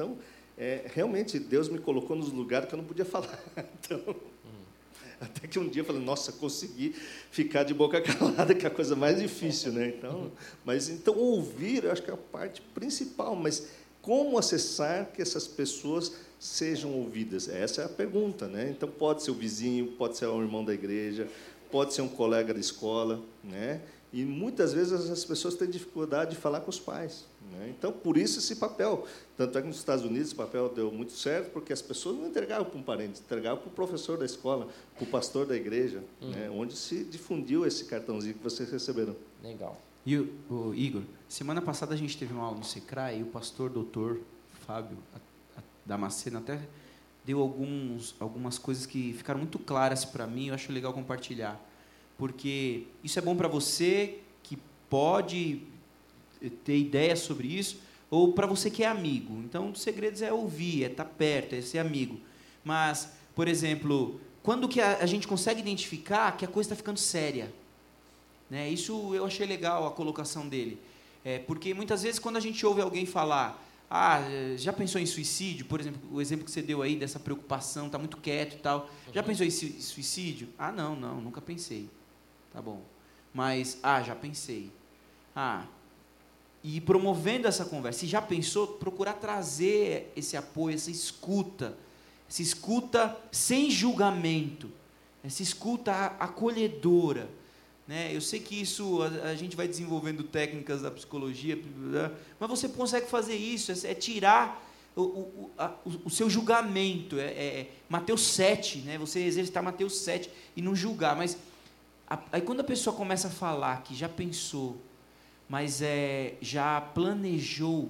é, realmente, Deus me colocou nos lugares que eu não podia falar. Então, uhum. até que um dia eu falei, nossa, consegui ficar de boca calada, que é a coisa mais difícil, né? Então, uhum. mas, então, ouvir, eu acho que é a parte principal, mas como acessar que essas pessoas sejam ouvidas? Essa é a pergunta, né? Então, pode ser o vizinho, pode ser o irmão da igreja, pode ser um colega da escola, né? E muitas vezes as pessoas têm dificuldade de falar com os pais, né? Então, por isso esse papel. Tanto é que nos Estados Unidos esse papel deu muito certo, porque as pessoas não entregavam para um parente, entregavam para o professor da escola, para o pastor da igreja, uhum. né? Onde se difundiu esse cartãozinho que vocês receberam. Legal. E o, o Igor, semana passada a gente teve uma aula no Secrai e o pastor doutor Fábio Damasceno até deu alguns, algumas coisas que ficaram muito claras para mim, eu acho legal compartilhar. Porque isso é bom para você que pode ter ideias sobre isso, ou para você que é amigo. Então, os segredos é ouvir, é estar perto, é ser amigo. Mas, por exemplo, quando que a, a gente consegue identificar que a coisa está ficando séria? Né? Isso eu achei legal, a colocação dele. É, porque muitas vezes quando a gente ouve alguém falar, ah, já pensou em suicídio? Por exemplo, o exemplo que você deu aí dessa preocupação, está muito quieto e tal. Uhum. Já pensou em suicídio? Ah, não, não, nunca pensei. Tá bom. Mas, ah, já pensei. Ah, e promovendo essa conversa, se já pensou, procurar trazer esse apoio, essa escuta, essa escuta sem julgamento, essa escuta acolhedora. Né? Eu sei que isso, a, a gente vai desenvolvendo técnicas da psicologia, mas você consegue fazer isso, é, é tirar o, o, a, o, o seu julgamento, é, é Mateus sete, né? Você exercitar Mateus sete e não julgar, mas a, aí quando a pessoa começa a falar que já pensou, mas é, já planejou,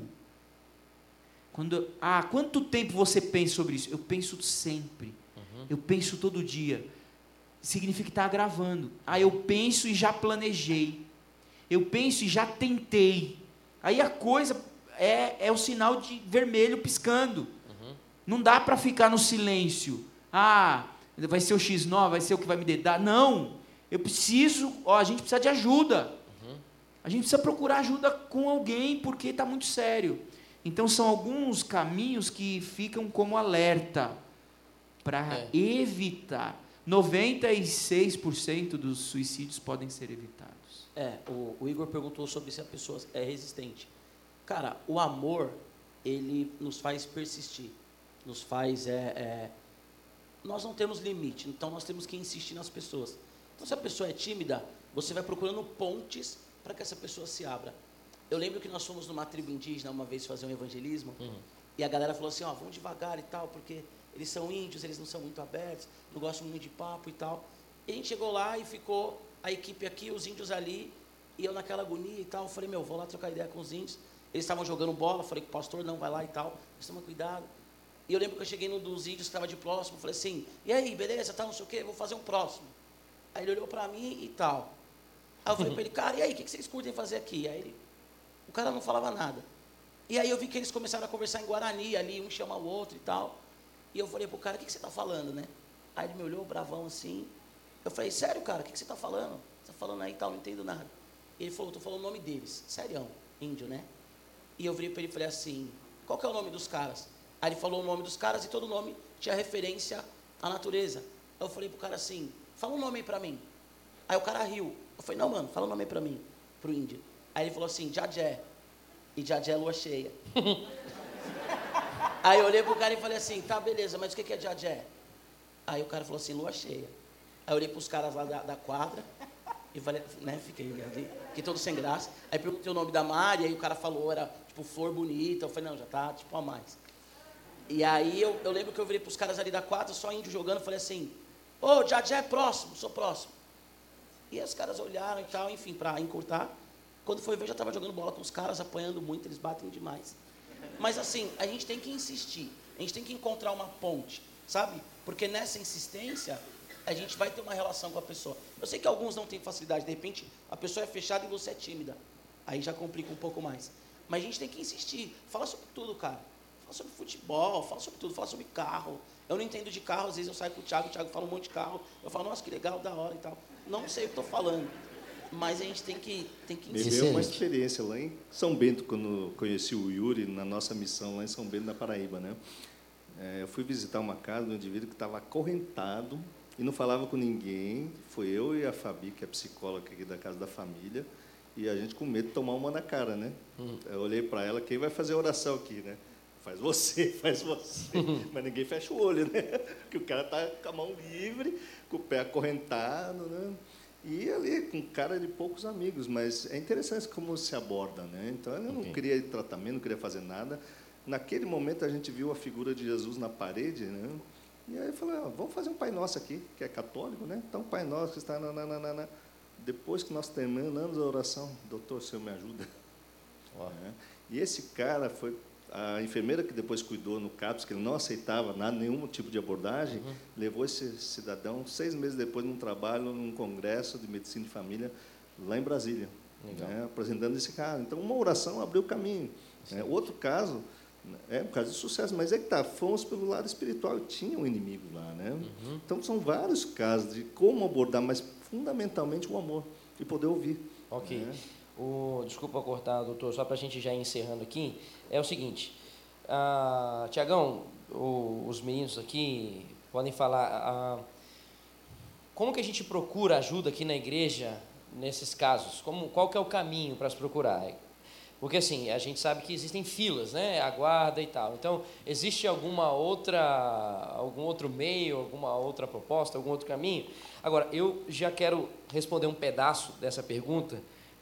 quando, ah, quanto tempo você pensa sobre isso? Eu penso sempre, uhum. eu penso todo dia. Significa que está gravando. Ah, eu penso e já planejei. Eu penso e já tentei. Aí a coisa é, é o sinal de vermelho piscando. Uhum. Não dá para ficar no silêncio. Ah, vai ser o X nove, vai ser o que vai me dedar. Não. Eu preciso, ó, a gente precisa de ajuda. Uhum. A gente precisa procurar ajuda com alguém, porque está muito sério. Então, são alguns caminhos que ficam como alerta para é. evitar. noventa e seis por cento dos suicídios podem ser evitados. É, o, o Igor perguntou sobre se a pessoa é resistente. Cara, o amor, ele nos faz persistir, nos faz... É, é, nós não temos limite, então nós temos que insistir nas pessoas. Então, se a pessoa é tímida, você vai procurando pontes para que essa pessoa se abra. Eu lembro que nós fomos numa tribo indígena uma vez fazer um evangelismo, uhum. e a galera falou assim, ó, vamos devagar e tal, porque... eles são índios, eles não são muito abertos, não gostam muito de papo e tal. E a gente chegou lá e ficou a equipe aqui, os índios ali, e eu naquela agonia e tal. Eu falei, meu, vou lá trocar ideia com os índios. Eles estavam jogando bola, falei com o pastor, não, vai lá e tal. Mas toma cuidado. E eu lembro que eu cheguei num dos índios que estava de próximo, falei assim, e aí, beleza, tá, não sei o quê, vou fazer um próximo. Aí ele olhou para mim e tal. Aí eu falei para ele, cara, e aí, o que vocês curtem fazer aqui? Aí ele, o cara não falava nada. E aí eu vi que eles começaram a conversar em Guarani, ali, um chama o outro e tal. E eu falei pro cara, o que, que você está falando, né? Aí ele me olhou, bravão assim. Eu falei, sério, cara, o que, que você está falando? Você está falando aí e tal, não entendo nada. Ele falou, estou falando o nome deles. Sério, índio, né? E eu virei para ele e falei assim, qual que é o nome dos caras? Aí ele falou o nome dos caras e todo nome tinha referência à natureza. Aí eu falei pro cara assim, fala um nome aí para mim. Aí o cara riu. Eu falei, não, mano, fala um nome aí para mim, pro índio. Aí ele falou assim, Jajé. E Jajé é lua cheia. Aí eu olhei pro cara e falei assim, tá, beleza, mas o que é Jajé? Aí o cara falou assim, lua cheia. Aí eu olhei pros caras lá da, da quadra e falei, né, fiquei ali, fiquei todo sem graça. Aí perguntei o nome da Mari, aí o cara falou, era tipo flor bonita. Eu falei, não, já tá tipo a mais. E aí eu, eu lembro que eu virei pros caras ali da quadra, só índio jogando, falei assim, ô, oh, Jajé é próximo, sou próximo. E aí os caras olharam e tal, enfim, pra encurtar. Quando foi ver, eu já tava jogando bola com os caras, apanhando muito, eles batem demais. Mas assim, a gente tem que insistir, a gente tem que encontrar uma ponte, sabe? Porque nessa insistência, a gente vai ter uma relação com a pessoa. Eu sei que alguns não têm facilidade, de repente a pessoa é fechada e você é tímida. Aí já complica um pouco mais. Mas a gente tem que insistir, fala sobre tudo, cara. Fala sobre futebol, fala sobre tudo, fala sobre carro. Eu não entendo de carro, às vezes eu saio com o Thiago, o Thiago fala um monte de carro. Eu falo, nossa, que legal, da hora e tal. Não sei o que estou falando. mas a gente tem que, tem que Me veio uma experiência lá em São Bento, quando conheci o Yuri, na nossa missão lá em São Bento, na Paraíba, né? É, eu fui visitar uma casa de um indivíduo que estava acorrentado e não falava com ninguém. Foi eu e a Fabi, que é psicóloga aqui da Casa da Família, e a gente com medo de tomar uma na cara, né? Hum. Eu olhei para ela, quem vai fazer oração aqui, né? Faz você, faz você. Mas ninguém fecha o olho, né? Porque o cara está com a mão livre, com o pé acorrentado, né? E ali, com cara de poucos amigos, mas é interessante como se aborda, né? Então, eu não okay. queria ir tratamento, não queria fazer nada. Naquele momento, a gente viu a figura de Jesus na parede, né? E aí eu falei, ah, vamos fazer um Pai Nosso aqui, que é católico, né? Então, Pai Nosso que está... Na, na, na, na. Depois que nós terminamos a oração, doutor, o senhor me ajuda? Oh. É. E esse cara foi... A enfermeira que depois cuidou no CAPS, que ele não aceitava nada, nenhum tipo de abordagem, uhum. levou esse cidadão, seis meses depois, num trabalho, num congresso de medicina de família, lá em Brasília, né, apresentando esse cara. Então, uma oração abriu o caminho. Né. Outro caso, é um caso de sucesso, mas é que tá, fomos pelo lado espiritual, tinha um inimigo lá. Né? Uhum. Então, são vários casos de como abordar, mas fundamentalmente o amor, e poder ouvir. Ok. Né. O, desculpa cortar, doutor, só para a gente já ir encerrando aqui, é o seguinte, ah, Tiagão, os meninos aqui podem falar, ah, como que a gente procura ajuda aqui na igreja nesses casos? Como, qual que é o caminho para se procurar? Porque assim, a gente sabe que existem filas, né, aguarda e tal, então existe alguma outra, algum outro meio, alguma outra proposta, algum outro caminho? Agora, eu já quero responder um pedaço dessa pergunta.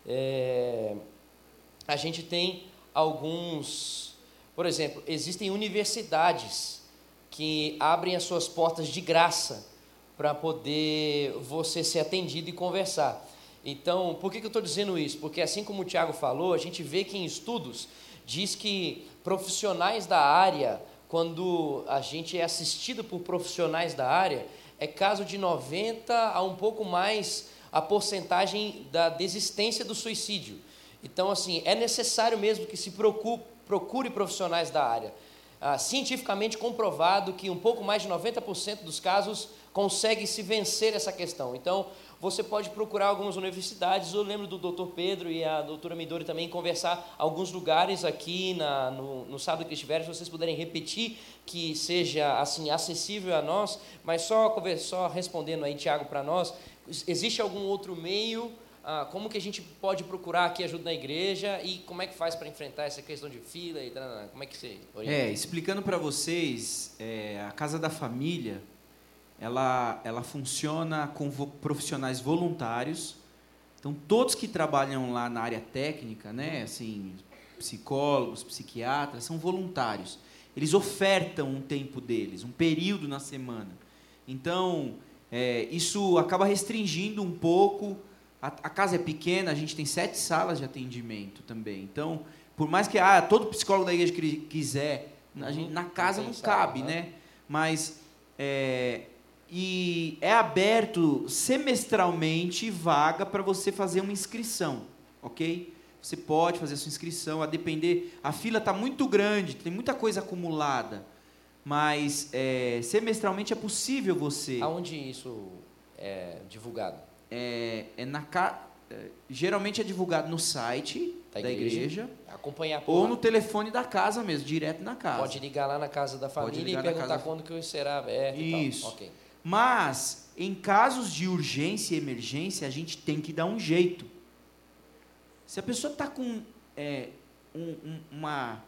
É, a gente tem alguns, por exemplo, existem universidades que abrem as suas portas de graça para poder você ser atendido e conversar. Então, por que, que eu estou dizendo isso? Porque assim como o Tiago falou, a gente vê que em estudos diz que profissionais da área, quando a gente é assistido por profissionais da área, é caso de noventa a um pouco mais a porcentagem da desistência do suicídio. Então, assim, é necessário mesmo que se procure, procure profissionais da área. Ah, cientificamente comprovado que um pouco mais de noventa por cento dos casos consegue se vencer essa questão. Então, você pode procurar algumas universidades. Eu lembro do doutor Pedro e a doutora Midori também conversar alguns lugares aqui na, no, no sábado que estiver, se vocês puderem repetir, que seja assim acessível a nós, mas só, só respondendo aí, Tiago, para nós, existe algum outro meio, ah, como que a gente pode procurar aqui ajuda na igreja e como é que faz para enfrentar essa questão de fila e tal, como é que você orienta? É, explicando para vocês, é, a Casa da Família, ela, ela funciona com vo- profissionais voluntários. Então, todos que trabalham lá na área técnica, né, assim, psicólogos, psiquiatras, são voluntários. Eles ofertam um tempo deles, um período na semana. Então, é, isso acaba restringindo um pouco. A, a casa é pequena, a gente tem sete salas de atendimento também. Então, por mais que ah, todo psicólogo da igreja que quiser, uhum. a gente, na casa não, não cabe, sala, né? Mas... É, E é aberto semestralmente vaga para você fazer uma inscrição, ok? Você pode fazer a sua inscrição, a depender... A fila está muito grande, tem muita coisa acumulada, mas é, semestralmente é possível você... Aonde isso é divulgado? É, é na, é, geralmente é divulgado no site da, da igreja, igreja acompanhar por ou lá. No telefone da casa mesmo, direto na casa. Pode ligar lá na casa da família e perguntar casa... quando que será aberto e Isso. tal. Okay. Mas, em casos de urgência e emergência, a gente tem que dar um jeito. Se a pessoa está com é, um, um, uma,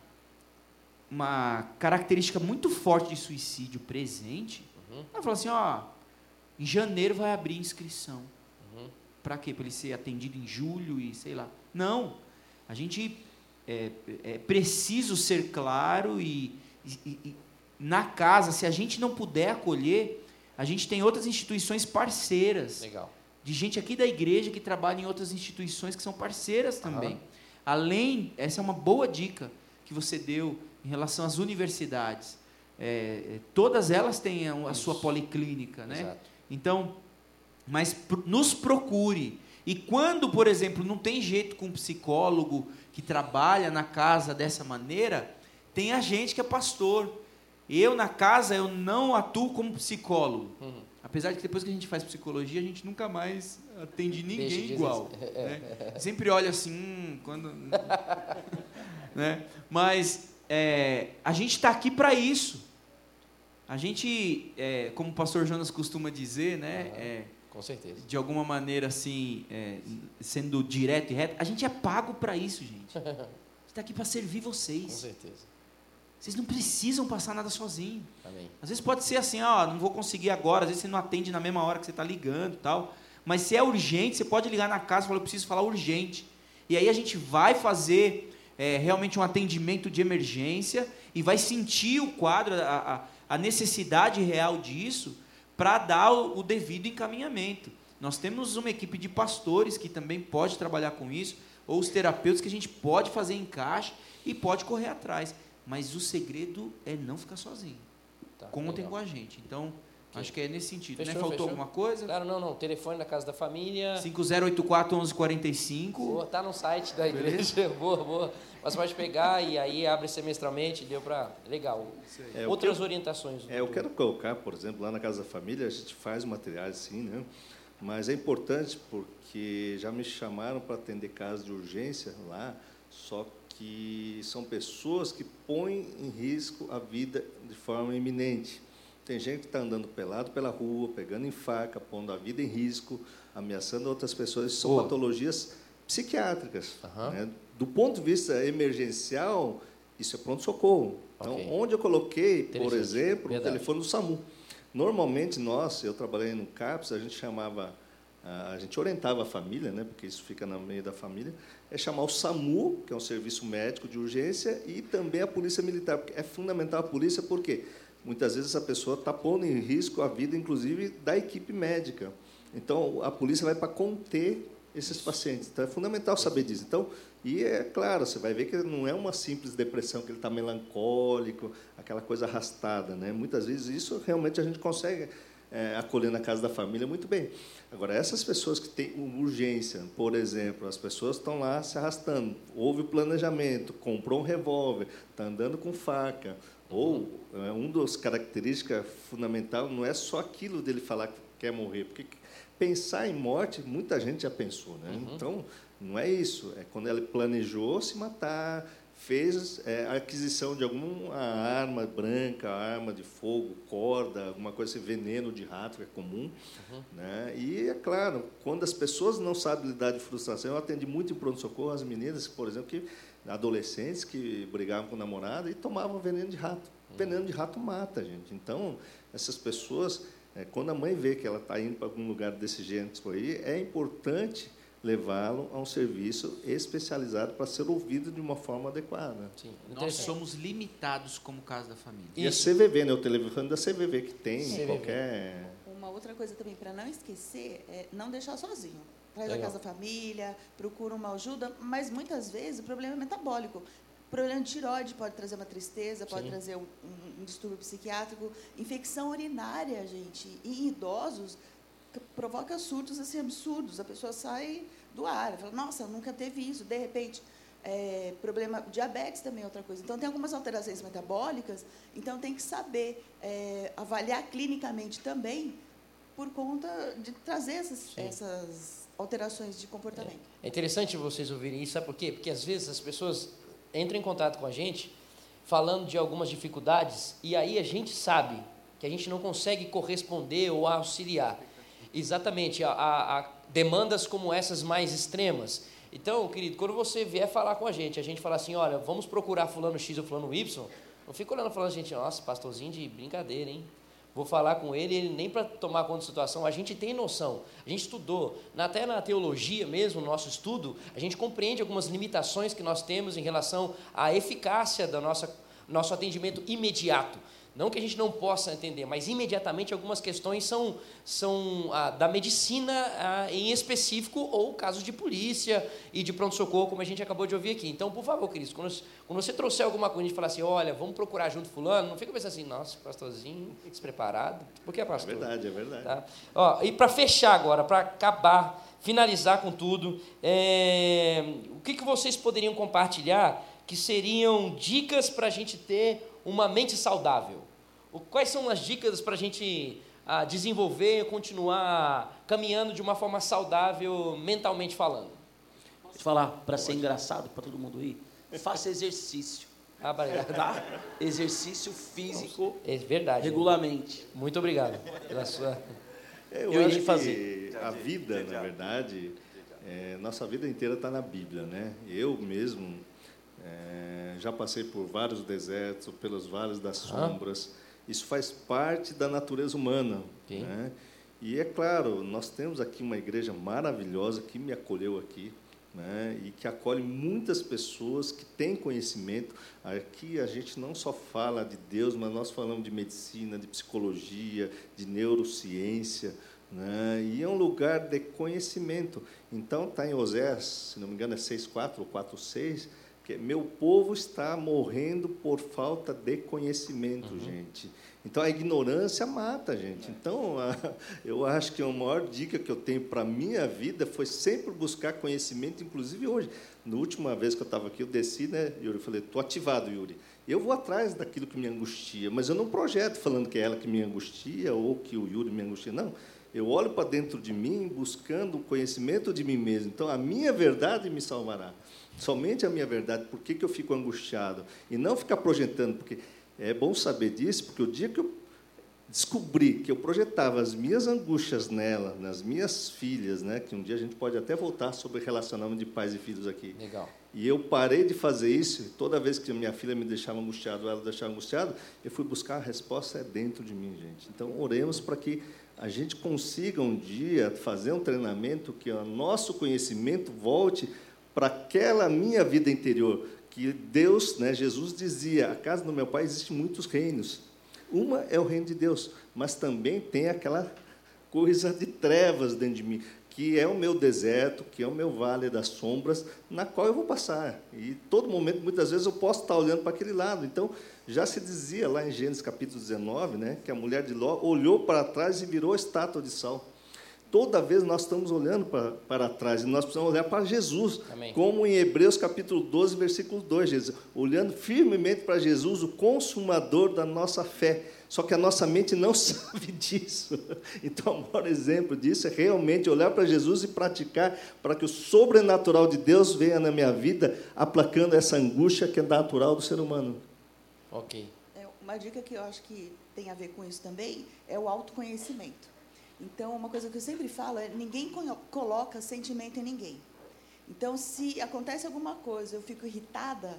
uma característica muito forte de suicídio presente, uhum. ela fala assim, ó, em janeiro vai abrir inscrição. Uhum. Para quê? Para ele ser atendido em julho e sei lá. Não. A gente é, é preciso ser claro e, e, e na casa, se a gente não puder acolher... A gente tem outras instituições parceiras. Legal. De gente aqui da igreja que trabalha em outras instituições que são parceiras também. Uhum. Além, essa é uma boa dica que você deu em relação às universidades. É, todas elas têm a, a sua policlínica, né? Exato. Então, mas pr- nos procure. E quando, por exemplo, não tem jeito com um psicólogo que trabalha na casa dessa maneira, tem a gente que é pastor. Eu, na casa, eu não atuo como psicólogo. Uhum. Apesar de que depois que a gente faz psicologia, a gente nunca mais atende ninguém Deixa de igual. Né? Sempre olha assim, hum, quando... né? Mas é, a gente está aqui para isso. A gente, é, como o pastor Jonas costuma dizer, né, Uhum. é, Com certeza. de alguma maneira assim, é, sendo direto e reto, a gente é pago para isso, gente. A gente está aqui para servir Com vocês. certeza. Vocês não precisam passar nada sozinho. Amém. Às vezes pode ser assim, ó, não vou conseguir agora, às vezes você não atende na mesma hora que você está ligando e tal. Mas se é urgente, você pode ligar na casa e falar, eu preciso falar urgente. E aí a gente vai fazer é, realmente um atendimento de emergência e vai sentir o quadro, a, a, a necessidade real disso, para dar o, o devido encaminhamento. Nós temos uma equipe de pastores que também pode trabalhar com isso, ou os terapeutas que a gente pode fazer encaixe e pode correr atrás. Mas o segredo é não ficar sozinho. Tá, Contem legal. com a gente. Então, Ok. acho que é nesse sentido. Fechou, né? Faltou fechou. alguma coisa? Claro, não, não. Telefone da Casa da Família. cinco zero oito quatro, onze quarenta e cinco. Boa, tá no site da Beleza? igreja. Boa, boa. Mas pode pegar e aí abre semestralmente, deu para... Legal. É, o Outras que eu- orientações. É, eu doutor? quero colocar, por exemplo, lá na Casa da Família, a gente faz materiais sim, né? Mas é importante porque já me chamaram para atender casos de urgência lá, só que são pessoas que põem em risco a vida de forma iminente. Tem gente que está andando pelado pela rua, pegando em faca, pondo a vida em risco, ameaçando outras pessoas. Isso são Boa. patologias psiquiátricas. Aham. Né? Do ponto de vista emergencial, isso é pronto-socorro. Então, Ok. onde eu coloquei, por Interessante. exemplo, Verdade. o telefone do SAMU. Normalmente, nós, eu trabalhei no CAPS, a gente chamava, a gente orientava a família, né, porque isso fica no meio da família, é chamar o SAMU, que é um serviço médico de urgência, e também a Polícia Militar. Porque é fundamental a polícia, porque muitas vezes essa pessoa está pondo em risco a vida, inclusive, da equipe médica. Então, a polícia vai para conter esses pacientes. Então, é fundamental saber disso. Então, e é claro, você vai ver que não é uma simples depressão, que ele está melancólico, aquela coisa arrastada, né? Muitas vezes isso realmente a gente consegue é, acolher na Casa da Família muito bem. Agora, essas pessoas que têm urgência, por exemplo, as pessoas estão lá se arrastando, houve o planejamento, comprou um revólver, está andando com faca, ou é, um dos características fundamentais não é só aquilo dele falar que quer morrer, porque pensar em morte, muita gente já pensou, né? Uhum. Então, não é isso. É quando ele planejou se matar, fez é, a aquisição de alguma arma branca, arma de fogo, corda, alguma coisa assim, veneno de rato, que é comum. Uhum. Né? E, é claro, quando as pessoas não sabem lidar de frustração, eu atendi muito em pronto-socorro as meninas, por exemplo, que, adolescentes que brigavam com o namorado e tomavam veneno de rato. Uhum. Veneno de rato mata, gente. Então, essas pessoas... É, quando a mãe vê que ela está indo para algum lugar desse jeito aí, é importante levá-lo a um serviço especializado para ser ouvido de uma forma adequada. Sim. Nós Interessante. somos limitados como Casa da Família. E a Isso. C V V, né, o telefone da C V V que tem C V V. em qualquer... Uma outra coisa também, para não esquecer, é não deixar sozinho. Traz a Legal. casa da família, procura uma ajuda, mas muitas vezes o problema é metabólico. Problema de tireoide pode trazer uma tristeza, pode Sim. trazer um, um, um distúrbio psiquiátrico. Infecção urinária, gente, em idosos, c- provoca surtos assim, absurdos. A pessoa sai do ar, fala, nossa, nunca teve isso. De repente, é, problema, diabetes também é outra coisa. Então, tem algumas alterações metabólicas, então tem que saber é, avaliar clinicamente também, por conta de trazer essas, Sim. essas alterações de comportamento. É interessante vocês ouvirem isso, sabe por quê? Porque às vezes as pessoas entram em contato com a gente falando de algumas dificuldades e aí a gente sabe que a gente não consegue corresponder ou auxiliar exatamente a, a, a demandas como essas mais extremas. Então, querido, quando você vier falar com a gente, a gente fala assim, olha, vamos procurar fulano X ou fulano Y, não fica olhando e falando, gente, nossa, pastorzinho de brincadeira, hein? Vou falar com ele, ele nem para tomar conta da situação, a gente tem noção, a gente estudou, na- até na teologia mesmo, no nosso estudo, a gente compreende algumas limitações que nós temos em relação à eficácia do nossa, nosso atendimento imediato. Não que a gente não possa entender, mas imediatamente algumas questões são, são ah, da medicina ah, em específico ou casos de polícia e de pronto-socorro, como a gente acabou de ouvir aqui. Então, por favor, Cristo, quando, quando você trouxer alguma coisa e falar assim, olha, vamos procurar junto fulano, não fica pensando assim, nossa, pastorzinho despreparado. Por que, É pastor? verdade, é verdade. Tá? Ó, e para fechar agora, para acabar, finalizar com tudo, é, o que, que vocês poderiam compartilhar que seriam dicas para a gente ter uma mente saudável? O, quais são as dicas para a gente a desenvolver, continuar caminhando de uma forma saudável, mentalmente falando? Deixa eu falar, para ser engraçado, para todo mundo ir, faça exercício, Ah, obrigado. tá? Exercício físico É verdade. regularmente. Muito obrigado pela sua... É, Eu eu, acho irei que fazer. a vida, na verdade, é, nossa vida inteira está na Bíblia, né? Eu mesmo é, já passei por vários desertos, pelos vales das sombras. Isso faz parte da natureza humana, Sim. né? E é claro, nós temos aqui uma igreja maravilhosa que me acolheu aqui, né? E que acolhe muitas pessoas que têm conhecimento. Aqui a gente não só fala de Deus, mas nós falamos de medicina, de psicologia, de neurociência, né? E é um lugar de conhecimento. Então, está em Oséias, se não me engano, é seis quatro ou quatro seis, que é, meu povo está morrendo por falta de conhecimento, Uhum. gente. Então, a ignorância mata, gente. Então, a, eu acho que a maior dica que eu tenho para a minha vida foi sempre buscar conhecimento, inclusive hoje. Na última vez que eu estava aqui, eu desci, né, Yuri? Eu falei, estou ativado, Yuri. Eu vou atrás daquilo que me angustia, mas eu não projeto falando que é ela que me angustia ou que o Yuri me angustia, não. Eu olho para dentro de mim, buscando o conhecimento de mim mesmo. Então, a minha verdade me salvará. Somente a minha verdade. Por que, que eu fico angustiado? E não ficar projetando, porque é bom saber disso, porque o dia que eu descobri que eu projetava as minhas angústias nela, nas minhas filhas, né, que um dia a gente pode até voltar sobre relacionamento de pais e filhos aqui. Legal. E eu parei de fazer isso, e toda vez que a minha filha me deixava angustiado, ela deixava angustiado, eu fui buscar a resposta é dentro de mim, gente. Então, oremos para que a gente consiga um dia fazer um treinamento que o nosso conhecimento volte para aquela minha vida interior, que Deus, né, Jesus dizia, a casa do meu pai existem muitos reinos. Uma é o reino de Deus, mas também tem aquela coisa de trevas dentro de mim, que é o meu deserto, que é o meu vale das sombras, na qual eu vou passar. E todo momento, muitas vezes, eu posso estar olhando para aquele lado. Então, já se dizia lá em Gênesis capítulo dezenove, né, que a mulher de Ló olhou para trás e virou estátua de sal. Toda vez nós estamos olhando para, para trás, e nós precisamos olhar para Jesus, Amém. como em Hebreus capítulo doze, versículo dois, Jesus, olhando firmemente para Jesus, o consumador da nossa fé. Só que a nossa mente não sabe disso. Então, o maior exemplo disso é realmente olhar para Jesus e praticar para que o sobrenatural de Deus venha na minha vida, aplacando essa angústia que é natural do ser humano. Ok. É, uma dica que eu acho que tem a ver com isso também é o autoconhecimento. Então, uma coisa que eu sempre falo é ninguém co- coloca sentimento em ninguém. Então, se acontece alguma coisa, eu fico irritada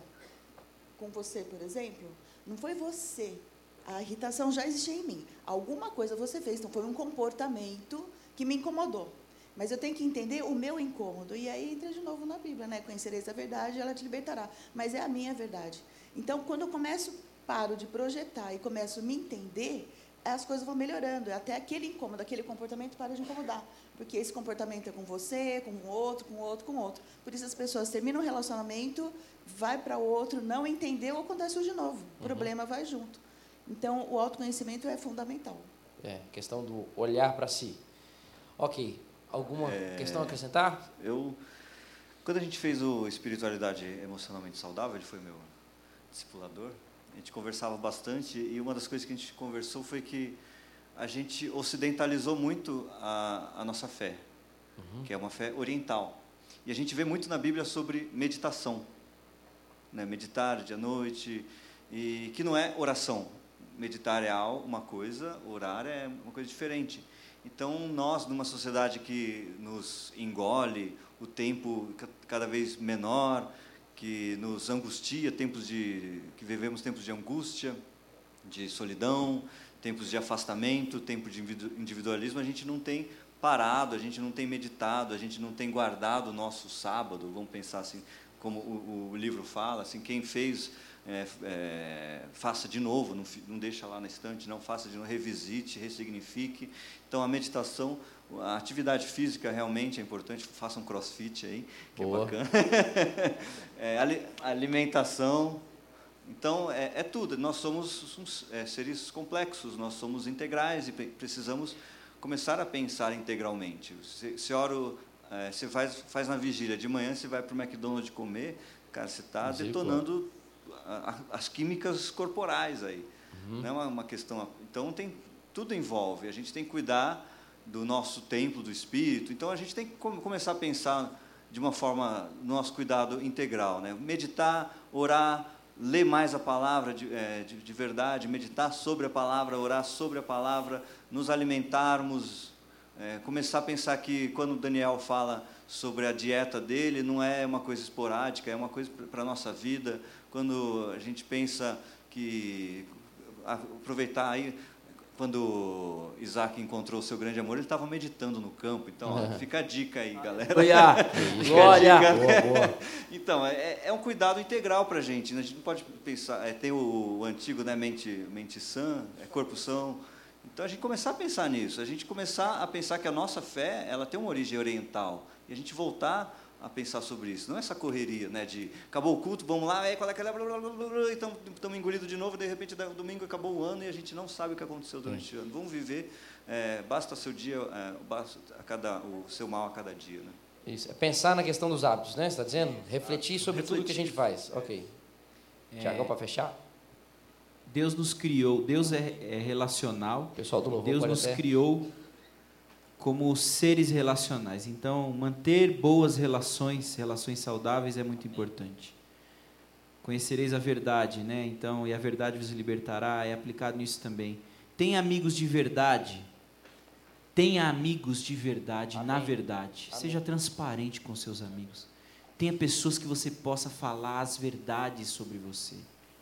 com você, por exemplo, não foi você. A irritação já existia em mim. Alguma coisa você fez, então foi um comportamento que me incomodou. Mas eu tenho que entender o meu incômodo. E aí entra de novo na Bíblia, né? Conhecereis a verdade, ela te libertará. Mas é a minha verdade. Então, quando eu começo, paro de projetar e começo a me entender, as coisas vão melhorando. Até aquele incômodo, aquele comportamento para de incomodar. Porque esse comportamento é com você, com o outro, com o outro, com o outro. Por isso as pessoas terminam um relacionamento, vai para o outro, não entendeu, acontece tudo de novo. O problema vai junto. Então, o autoconhecimento é fundamental. É, questão do olhar para si. Ok. Alguma É, questão a acrescentar? Eu, quando a gente fez o Espiritualidade Emocionalmente Saudável, ele foi meu discipulador, a gente conversava bastante, e uma das coisas que a gente conversou foi que a gente ocidentalizou muito a, a nossa fé, uhum. que é uma fé oriental. E a gente vê muito na Bíblia sobre meditação, né? Meditar dia e noite, e que não é oração. Meditar é uma coisa, orar é uma coisa diferente. Então, nós, numa sociedade que nos engole, o tempo cada vez menor, que nos angustia, tempos de, que vivemos tempos de angústia, de solidão, tempos de afastamento, tempo de individualismo, a gente não tem parado, a gente não tem meditado, a gente não tem guardado o nosso sábado, vamos pensar assim, como o, o livro fala, assim, quem fez, é, é, faça de novo, não, não deixa lá na estante, não faça de novo, revisite, ressignifique. Então, a meditação, a atividade física realmente é importante, faça um crossfit aí, que Boa. é bacana. É, alimentação, então, é, é tudo, nós somos, somos é, seres complexos, nós somos integrais e precisamos começar a pensar integralmente. Se, se oro, é, você faz, faz na vigília, de manhã você vai para o McDonald's comer, cara, você está detonando a, a, as químicas corporais aí. Uhum. Não é uma, uma questão... Então, tem tudo envolve. A gente tem que cuidar do nosso templo, do espírito. Então, a gente tem que começar a pensar de uma forma, no nosso cuidado integral, né? Meditar, orar, ler mais a palavra de, é, de, de verdade, meditar sobre a palavra, orar sobre a palavra, nos alimentarmos, é, começar a pensar que quando Daniel fala sobre a dieta dele, não é uma coisa esporádica, é uma coisa para a nossa vida. Quando a gente pensa que, aproveitar aí, quando Isaac encontrou o seu grande amor, ele estava meditando no campo. Então, ó, fica a dica aí, galera. Glória! Glória! Boa, boa. Então, é, é um cuidado integral para a gente, né? A gente não pode pensar... É, tem o, o antigo, né? Mente, mente sã, é corpo são. Então, a gente começar a pensar nisso. A gente começar a pensar que a nossa fé, ela tem uma origem oriental. E a gente voltar a pensar sobre isso. Não é essa correria, né? De acabou o culto, vamos lá, é, qual é aquela... Então, estamos engolidos de novo, de repente, o domingo acabou o ano e a gente não sabe o que aconteceu durante o ano. Vamos viver, é, basta seu dia, é, basta a cada, o seu mal a cada dia, né? Isso, é pensar na questão dos hábitos, né? Você está dizendo? Refletir sobre Refletir. tudo que a gente faz. Ok. É, Tiagão, para fechar? Deus nos criou, Deus é, é relacional, O pessoal do louvor Deus pode nos até... criou como seres relacionais. Então, manter boas relações, relações saudáveis é muito importante. Conhecereis a verdade, né? Então, e a verdade vos libertará, é aplicado nisso também. Tenha amigos de verdade. Tenha amigos de verdade, Amém. na verdade. Amém. Seja transparente com seus amigos. Tenha pessoas que você possa falar as verdades sobre você.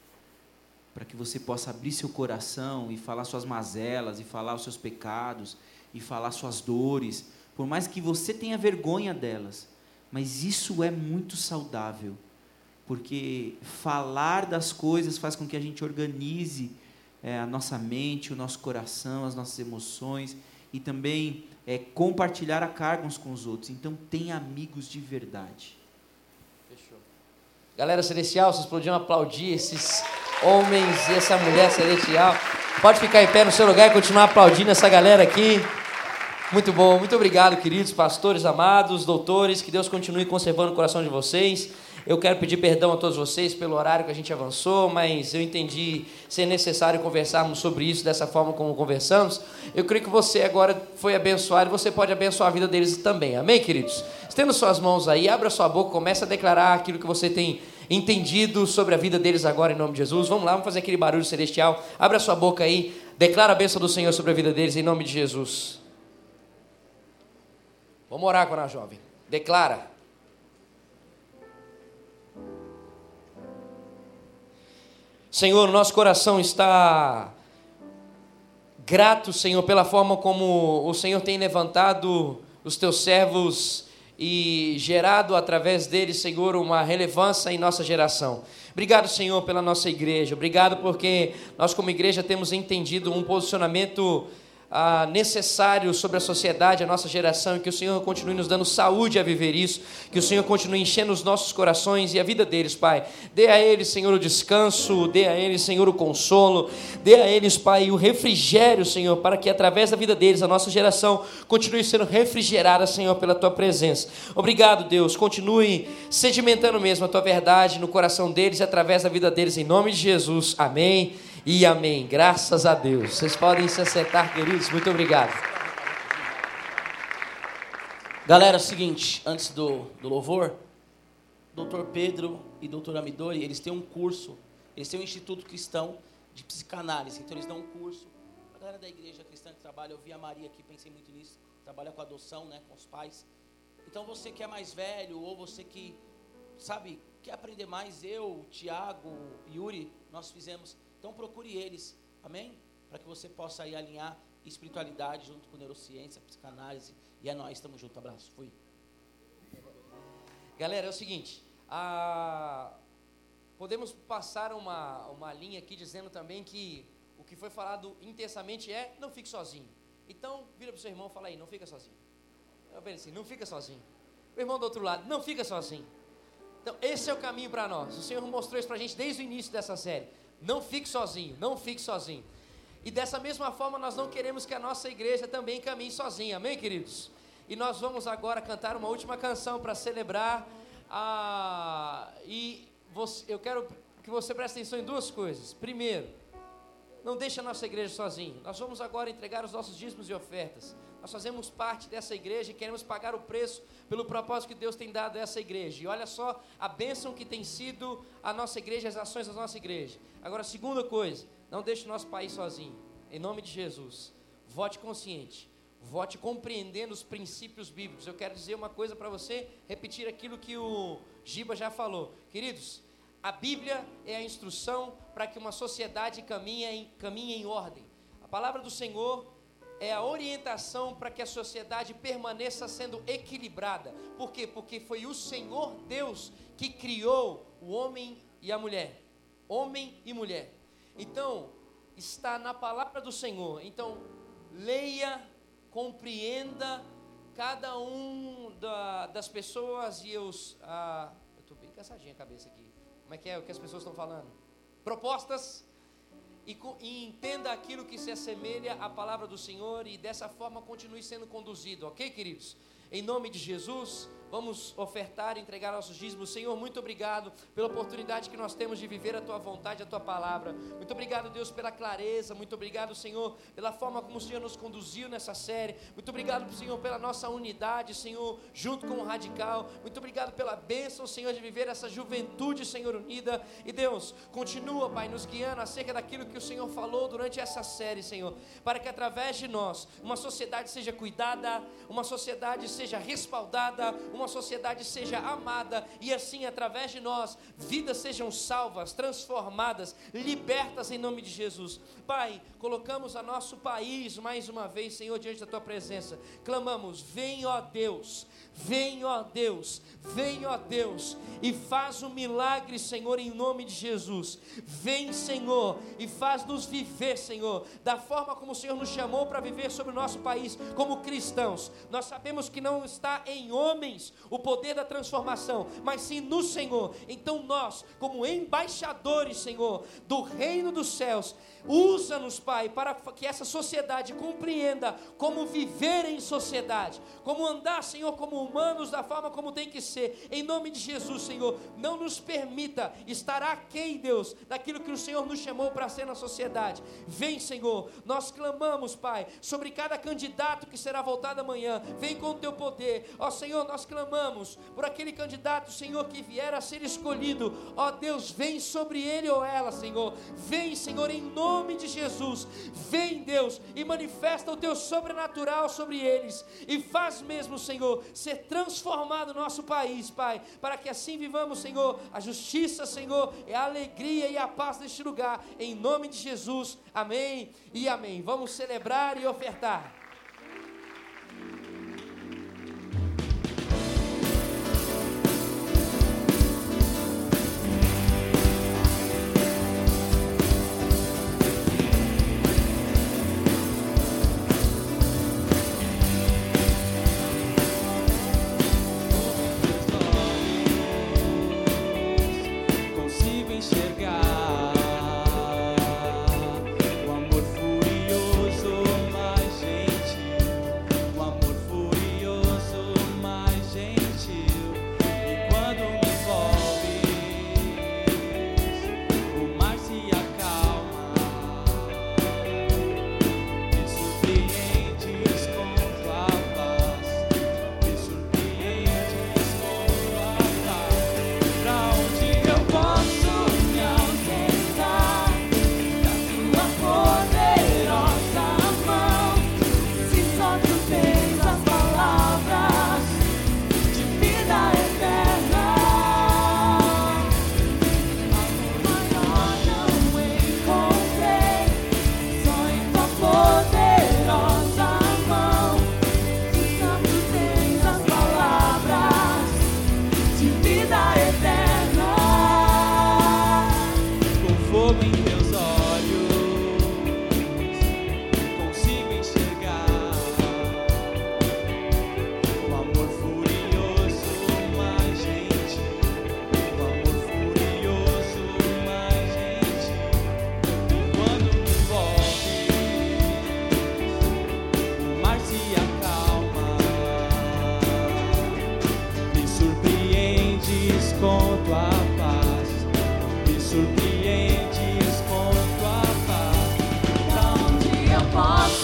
Para que você possa abrir seu coração e falar suas mazelas, e falar os seus pecados, e falar suas dores, por mais que você tenha vergonha delas, mas isso é muito saudável, porque falar das coisas faz com que a gente organize é, a nossa mente, o nosso coração, as nossas emoções, e também é, compartilhar a carga uns com os outros. Então, tenha amigos de verdade. Fechou. Galera celestial, vocês podiam aplaudir esses homens e essa mulher celestial. Pode ficar em pé no seu lugar e continuar aplaudindo essa galera aqui. Muito bom, muito obrigado, queridos pastores amados, doutores, que Deus continue conservando o coração de vocês. Eu quero pedir perdão a todos vocês pelo horário que a gente avançou, mas eu entendi ser necessário conversarmos sobre isso dessa forma como conversamos. Eu creio que você agora foi abençoado e você pode abençoar a vida deles também. Amém, queridos? Estenda suas mãos aí, abra sua boca, comece a declarar aquilo que você tem entendido sobre a vida deles agora, em nome de Jesus. Vamos lá, vamos fazer aquele barulho celestial. Abra sua boca aí, declara a bênção do Senhor sobre a vida deles, em nome de Jesus. Vamos orar com a jovem. Declara. Senhor, o nosso coração está grato, Senhor, pela forma como o Senhor tem levantado os teus servos e gerado através deles, Senhor, uma relevância em nossa geração. Obrigado, Senhor, pela nossa igreja. Obrigado porque nós como igreja temos entendido um posicionamento Ah, necessário sobre a sociedade, a nossa geração, e que o Senhor continue nos dando saúde a viver isso, que o Senhor continue enchendo os nossos corações e a vida deles, Pai. Dê a eles, Senhor, o descanso, dê a eles, Senhor, o consolo, dê a eles, Pai, o refrigério, Senhor, para que através da vida deles, a nossa geração continue sendo refrigerada, Senhor, pela Tua presença. Obrigado, Deus, continue sedimentando mesmo a Tua verdade no coração deles e através da vida deles, em nome de Jesus. Amém. E amém, graças a Deus. Vocês podem se assentar, queridos, muito obrigado. Galera, é o seguinte, antes do, do louvor, doutor Pedro e doutor Amidori, eles têm um curso, eles têm um Instituto Cristão de Psicanálise, então eles dão um curso. A galera da igreja cristã que trabalha, eu vi a Maria aqui, pensei muito nisso, trabalha com adoção, né, com os pais. Então você que é mais velho, ou você que, sabe, quer aprender mais, eu, Tiago, Yuri, nós fizemos... Então procure eles, amém? Para que você possa aí alinhar espiritualidade junto com neurociência, psicanálise. E é nós, estamos juntos, abraço, fui. Galera, é o seguinte, a... podemos passar uma, uma linha aqui dizendo também que o que foi falado intensamente é, não fique sozinho. Então, vira para o seu irmão e fala aí, não fica sozinho. Eu penso assim, não fica sozinho. O irmão do outro lado, não fica sozinho. Então, esse é o caminho para nós. O Senhor mostrou isso para a gente desde o início dessa série. Não fique sozinho, não fique sozinho. E dessa mesma forma nós não queremos que a nossa igreja também caminhe sozinha, amém, queridos? E nós vamos agora cantar uma última canção para celebrar a... E você, eu quero que você preste atenção em duas coisas. Primeiro, não deixe a nossa igreja sozinha. Nós vamos agora entregar os nossos dízimos e ofertas. Nós fazemos parte dessa igreja e queremos pagar o preço pelo propósito que Deus tem dado a essa igreja. E olha só a bênção que tem sido a nossa igreja, as ações da nossa igreja. Agora, segunda coisa, não deixe o nosso país sozinho. Em nome de Jesus, vote consciente, vote compreendendo os princípios bíblicos. Eu quero dizer uma coisa para você, repetir aquilo que o Giba já falou. Queridos, a Bíblia é a instrução para que uma sociedade caminhe em, caminhe em ordem. A palavra do Senhor é a orientação para que a sociedade permaneça sendo equilibrada. Por quê? Porque foi o Senhor Deus que criou o homem e a mulher. Homem e mulher. Então, está na palavra do Senhor. Então, leia, compreenda cada um da, das pessoas e os... Ah, eu estou bem cansadinha a cabeça aqui. Como é que é o que as pessoas estão falando? Propostas. E, e entenda aquilo que se assemelha à palavra do Senhor e dessa forma continue sendo conduzido, ok, queridos? Em nome de Jesus, vamos ofertar e entregar nossos dízimos. Senhor, muito obrigado pela oportunidade que nós temos de viver a Tua vontade, a Tua palavra. Muito obrigado, Deus, pela clareza. Muito obrigado, Senhor, pela forma como o Senhor nos conduziu nessa série. Muito obrigado, Senhor, pela nossa unidade, Senhor, junto com o Radical. Muito obrigado pela bênção, Senhor, de viver essa juventude, Senhor, unida. E Deus, continua, Pai, nos guiando acerca daquilo que o Senhor falou durante essa série, Senhor, para que através de nós, uma sociedade seja cuidada, uma sociedade seja respaldada, uma sociedade seja amada, e assim através de nós, vidas sejam salvas, transformadas, libertas em nome de Jesus. Pai, colocamos a nosso país mais uma vez, Senhor, diante da Tua presença, clamamos, vem ó Deus, vem ó Deus, vem ó Deus, e faz um milagre, Senhor, em nome de Jesus. Vem, Senhor, e faz-nos viver, Senhor, da forma como o Senhor nos chamou para viver sobre o nosso país, como cristãos. Nós sabemos que não está em homens o poder da transformação, mas sim no Senhor. Então nós, como embaixadores, Senhor, do reino dos céus, usa-nos, Pai, para que essa sociedade compreenda como viver em sociedade, como andar, Senhor, como humanos da forma como tem que ser. Em nome de Jesus, Senhor, não nos permita estar aquém, Deus, daquilo que o Senhor nos chamou para ser na sociedade. Vem, Senhor, nós clamamos, Pai, sobre cada candidato que será votado amanhã. Vem com o Teu poder. Ó Senhor, nós clamamos por aquele candidato, Senhor, que vier a ser escolhido. Ó Deus, vem sobre ele ou ela, Senhor. Vem, Senhor, em nome de Jesus. Vem, Deus, e manifesta o Teu sobrenatural sobre eles. E faz mesmo, Senhor, ser transformado o nosso país, Pai, para que assim vivamos, Senhor, a justiça, Senhor, e a alegria e a paz neste lugar. Em nome de Jesus. Amém e amém. Vamos celebrar e ofertar. O amor furioso, mas gente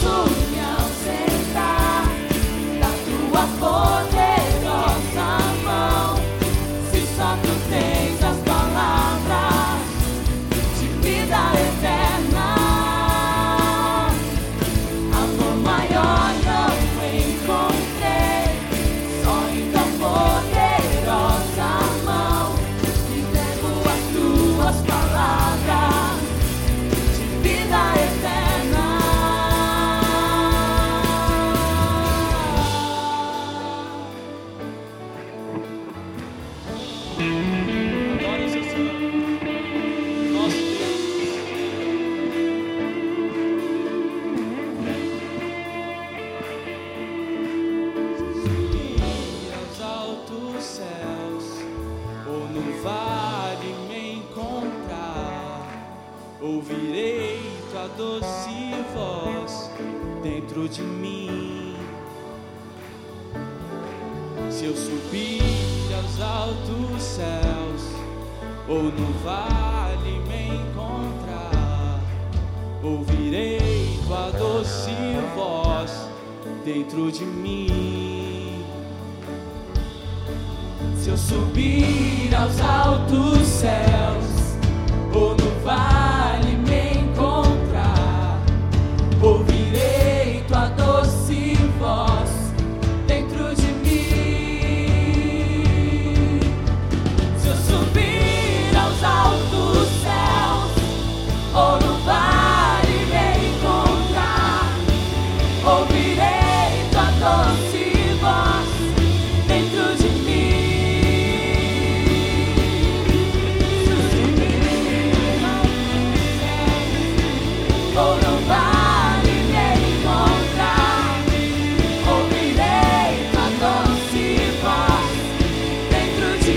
ouvirei tua doce voz dentro de mim. Se eu subir aos altos céus ou no vale me encontrar, ouvirei tua doce voz dentro de mim. Se eu subir aos altos céus ou no vale me encontrar, ouvirei tua doce voz dentro de mim. Se eu subir aos altos céus ou no vale me encontrar, ouvirei tua doce voz dentro de mim. Ou no vale me encontrar, ouvirei tua doce voz dentro de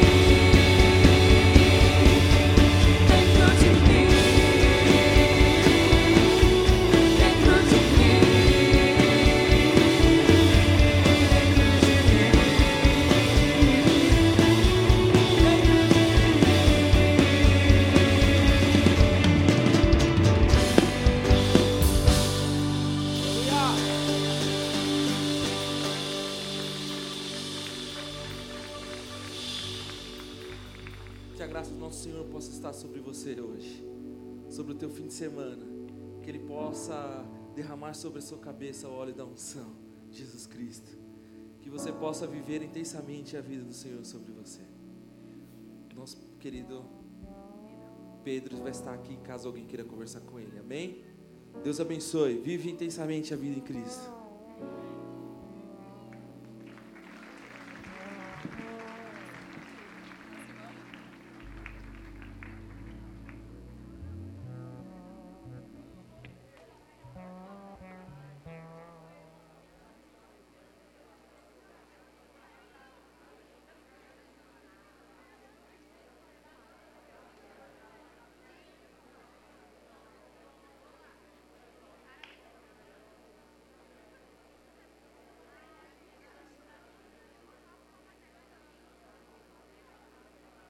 mim, dentro de mim, dentro de Que a graça do nosso Senhor possa estar sobre você hoje, sobre o teu fim de semana, que Ele possa derramar sobre a sua cabeça o óleo da unção, Jesus Cristo, que você possa viver intensamente a vida do Senhor sobre você. Nosso querido Pedro vai estar aqui caso alguém queira conversar com ele, amém? Deus abençoe, vive intensamente a vida em Cristo.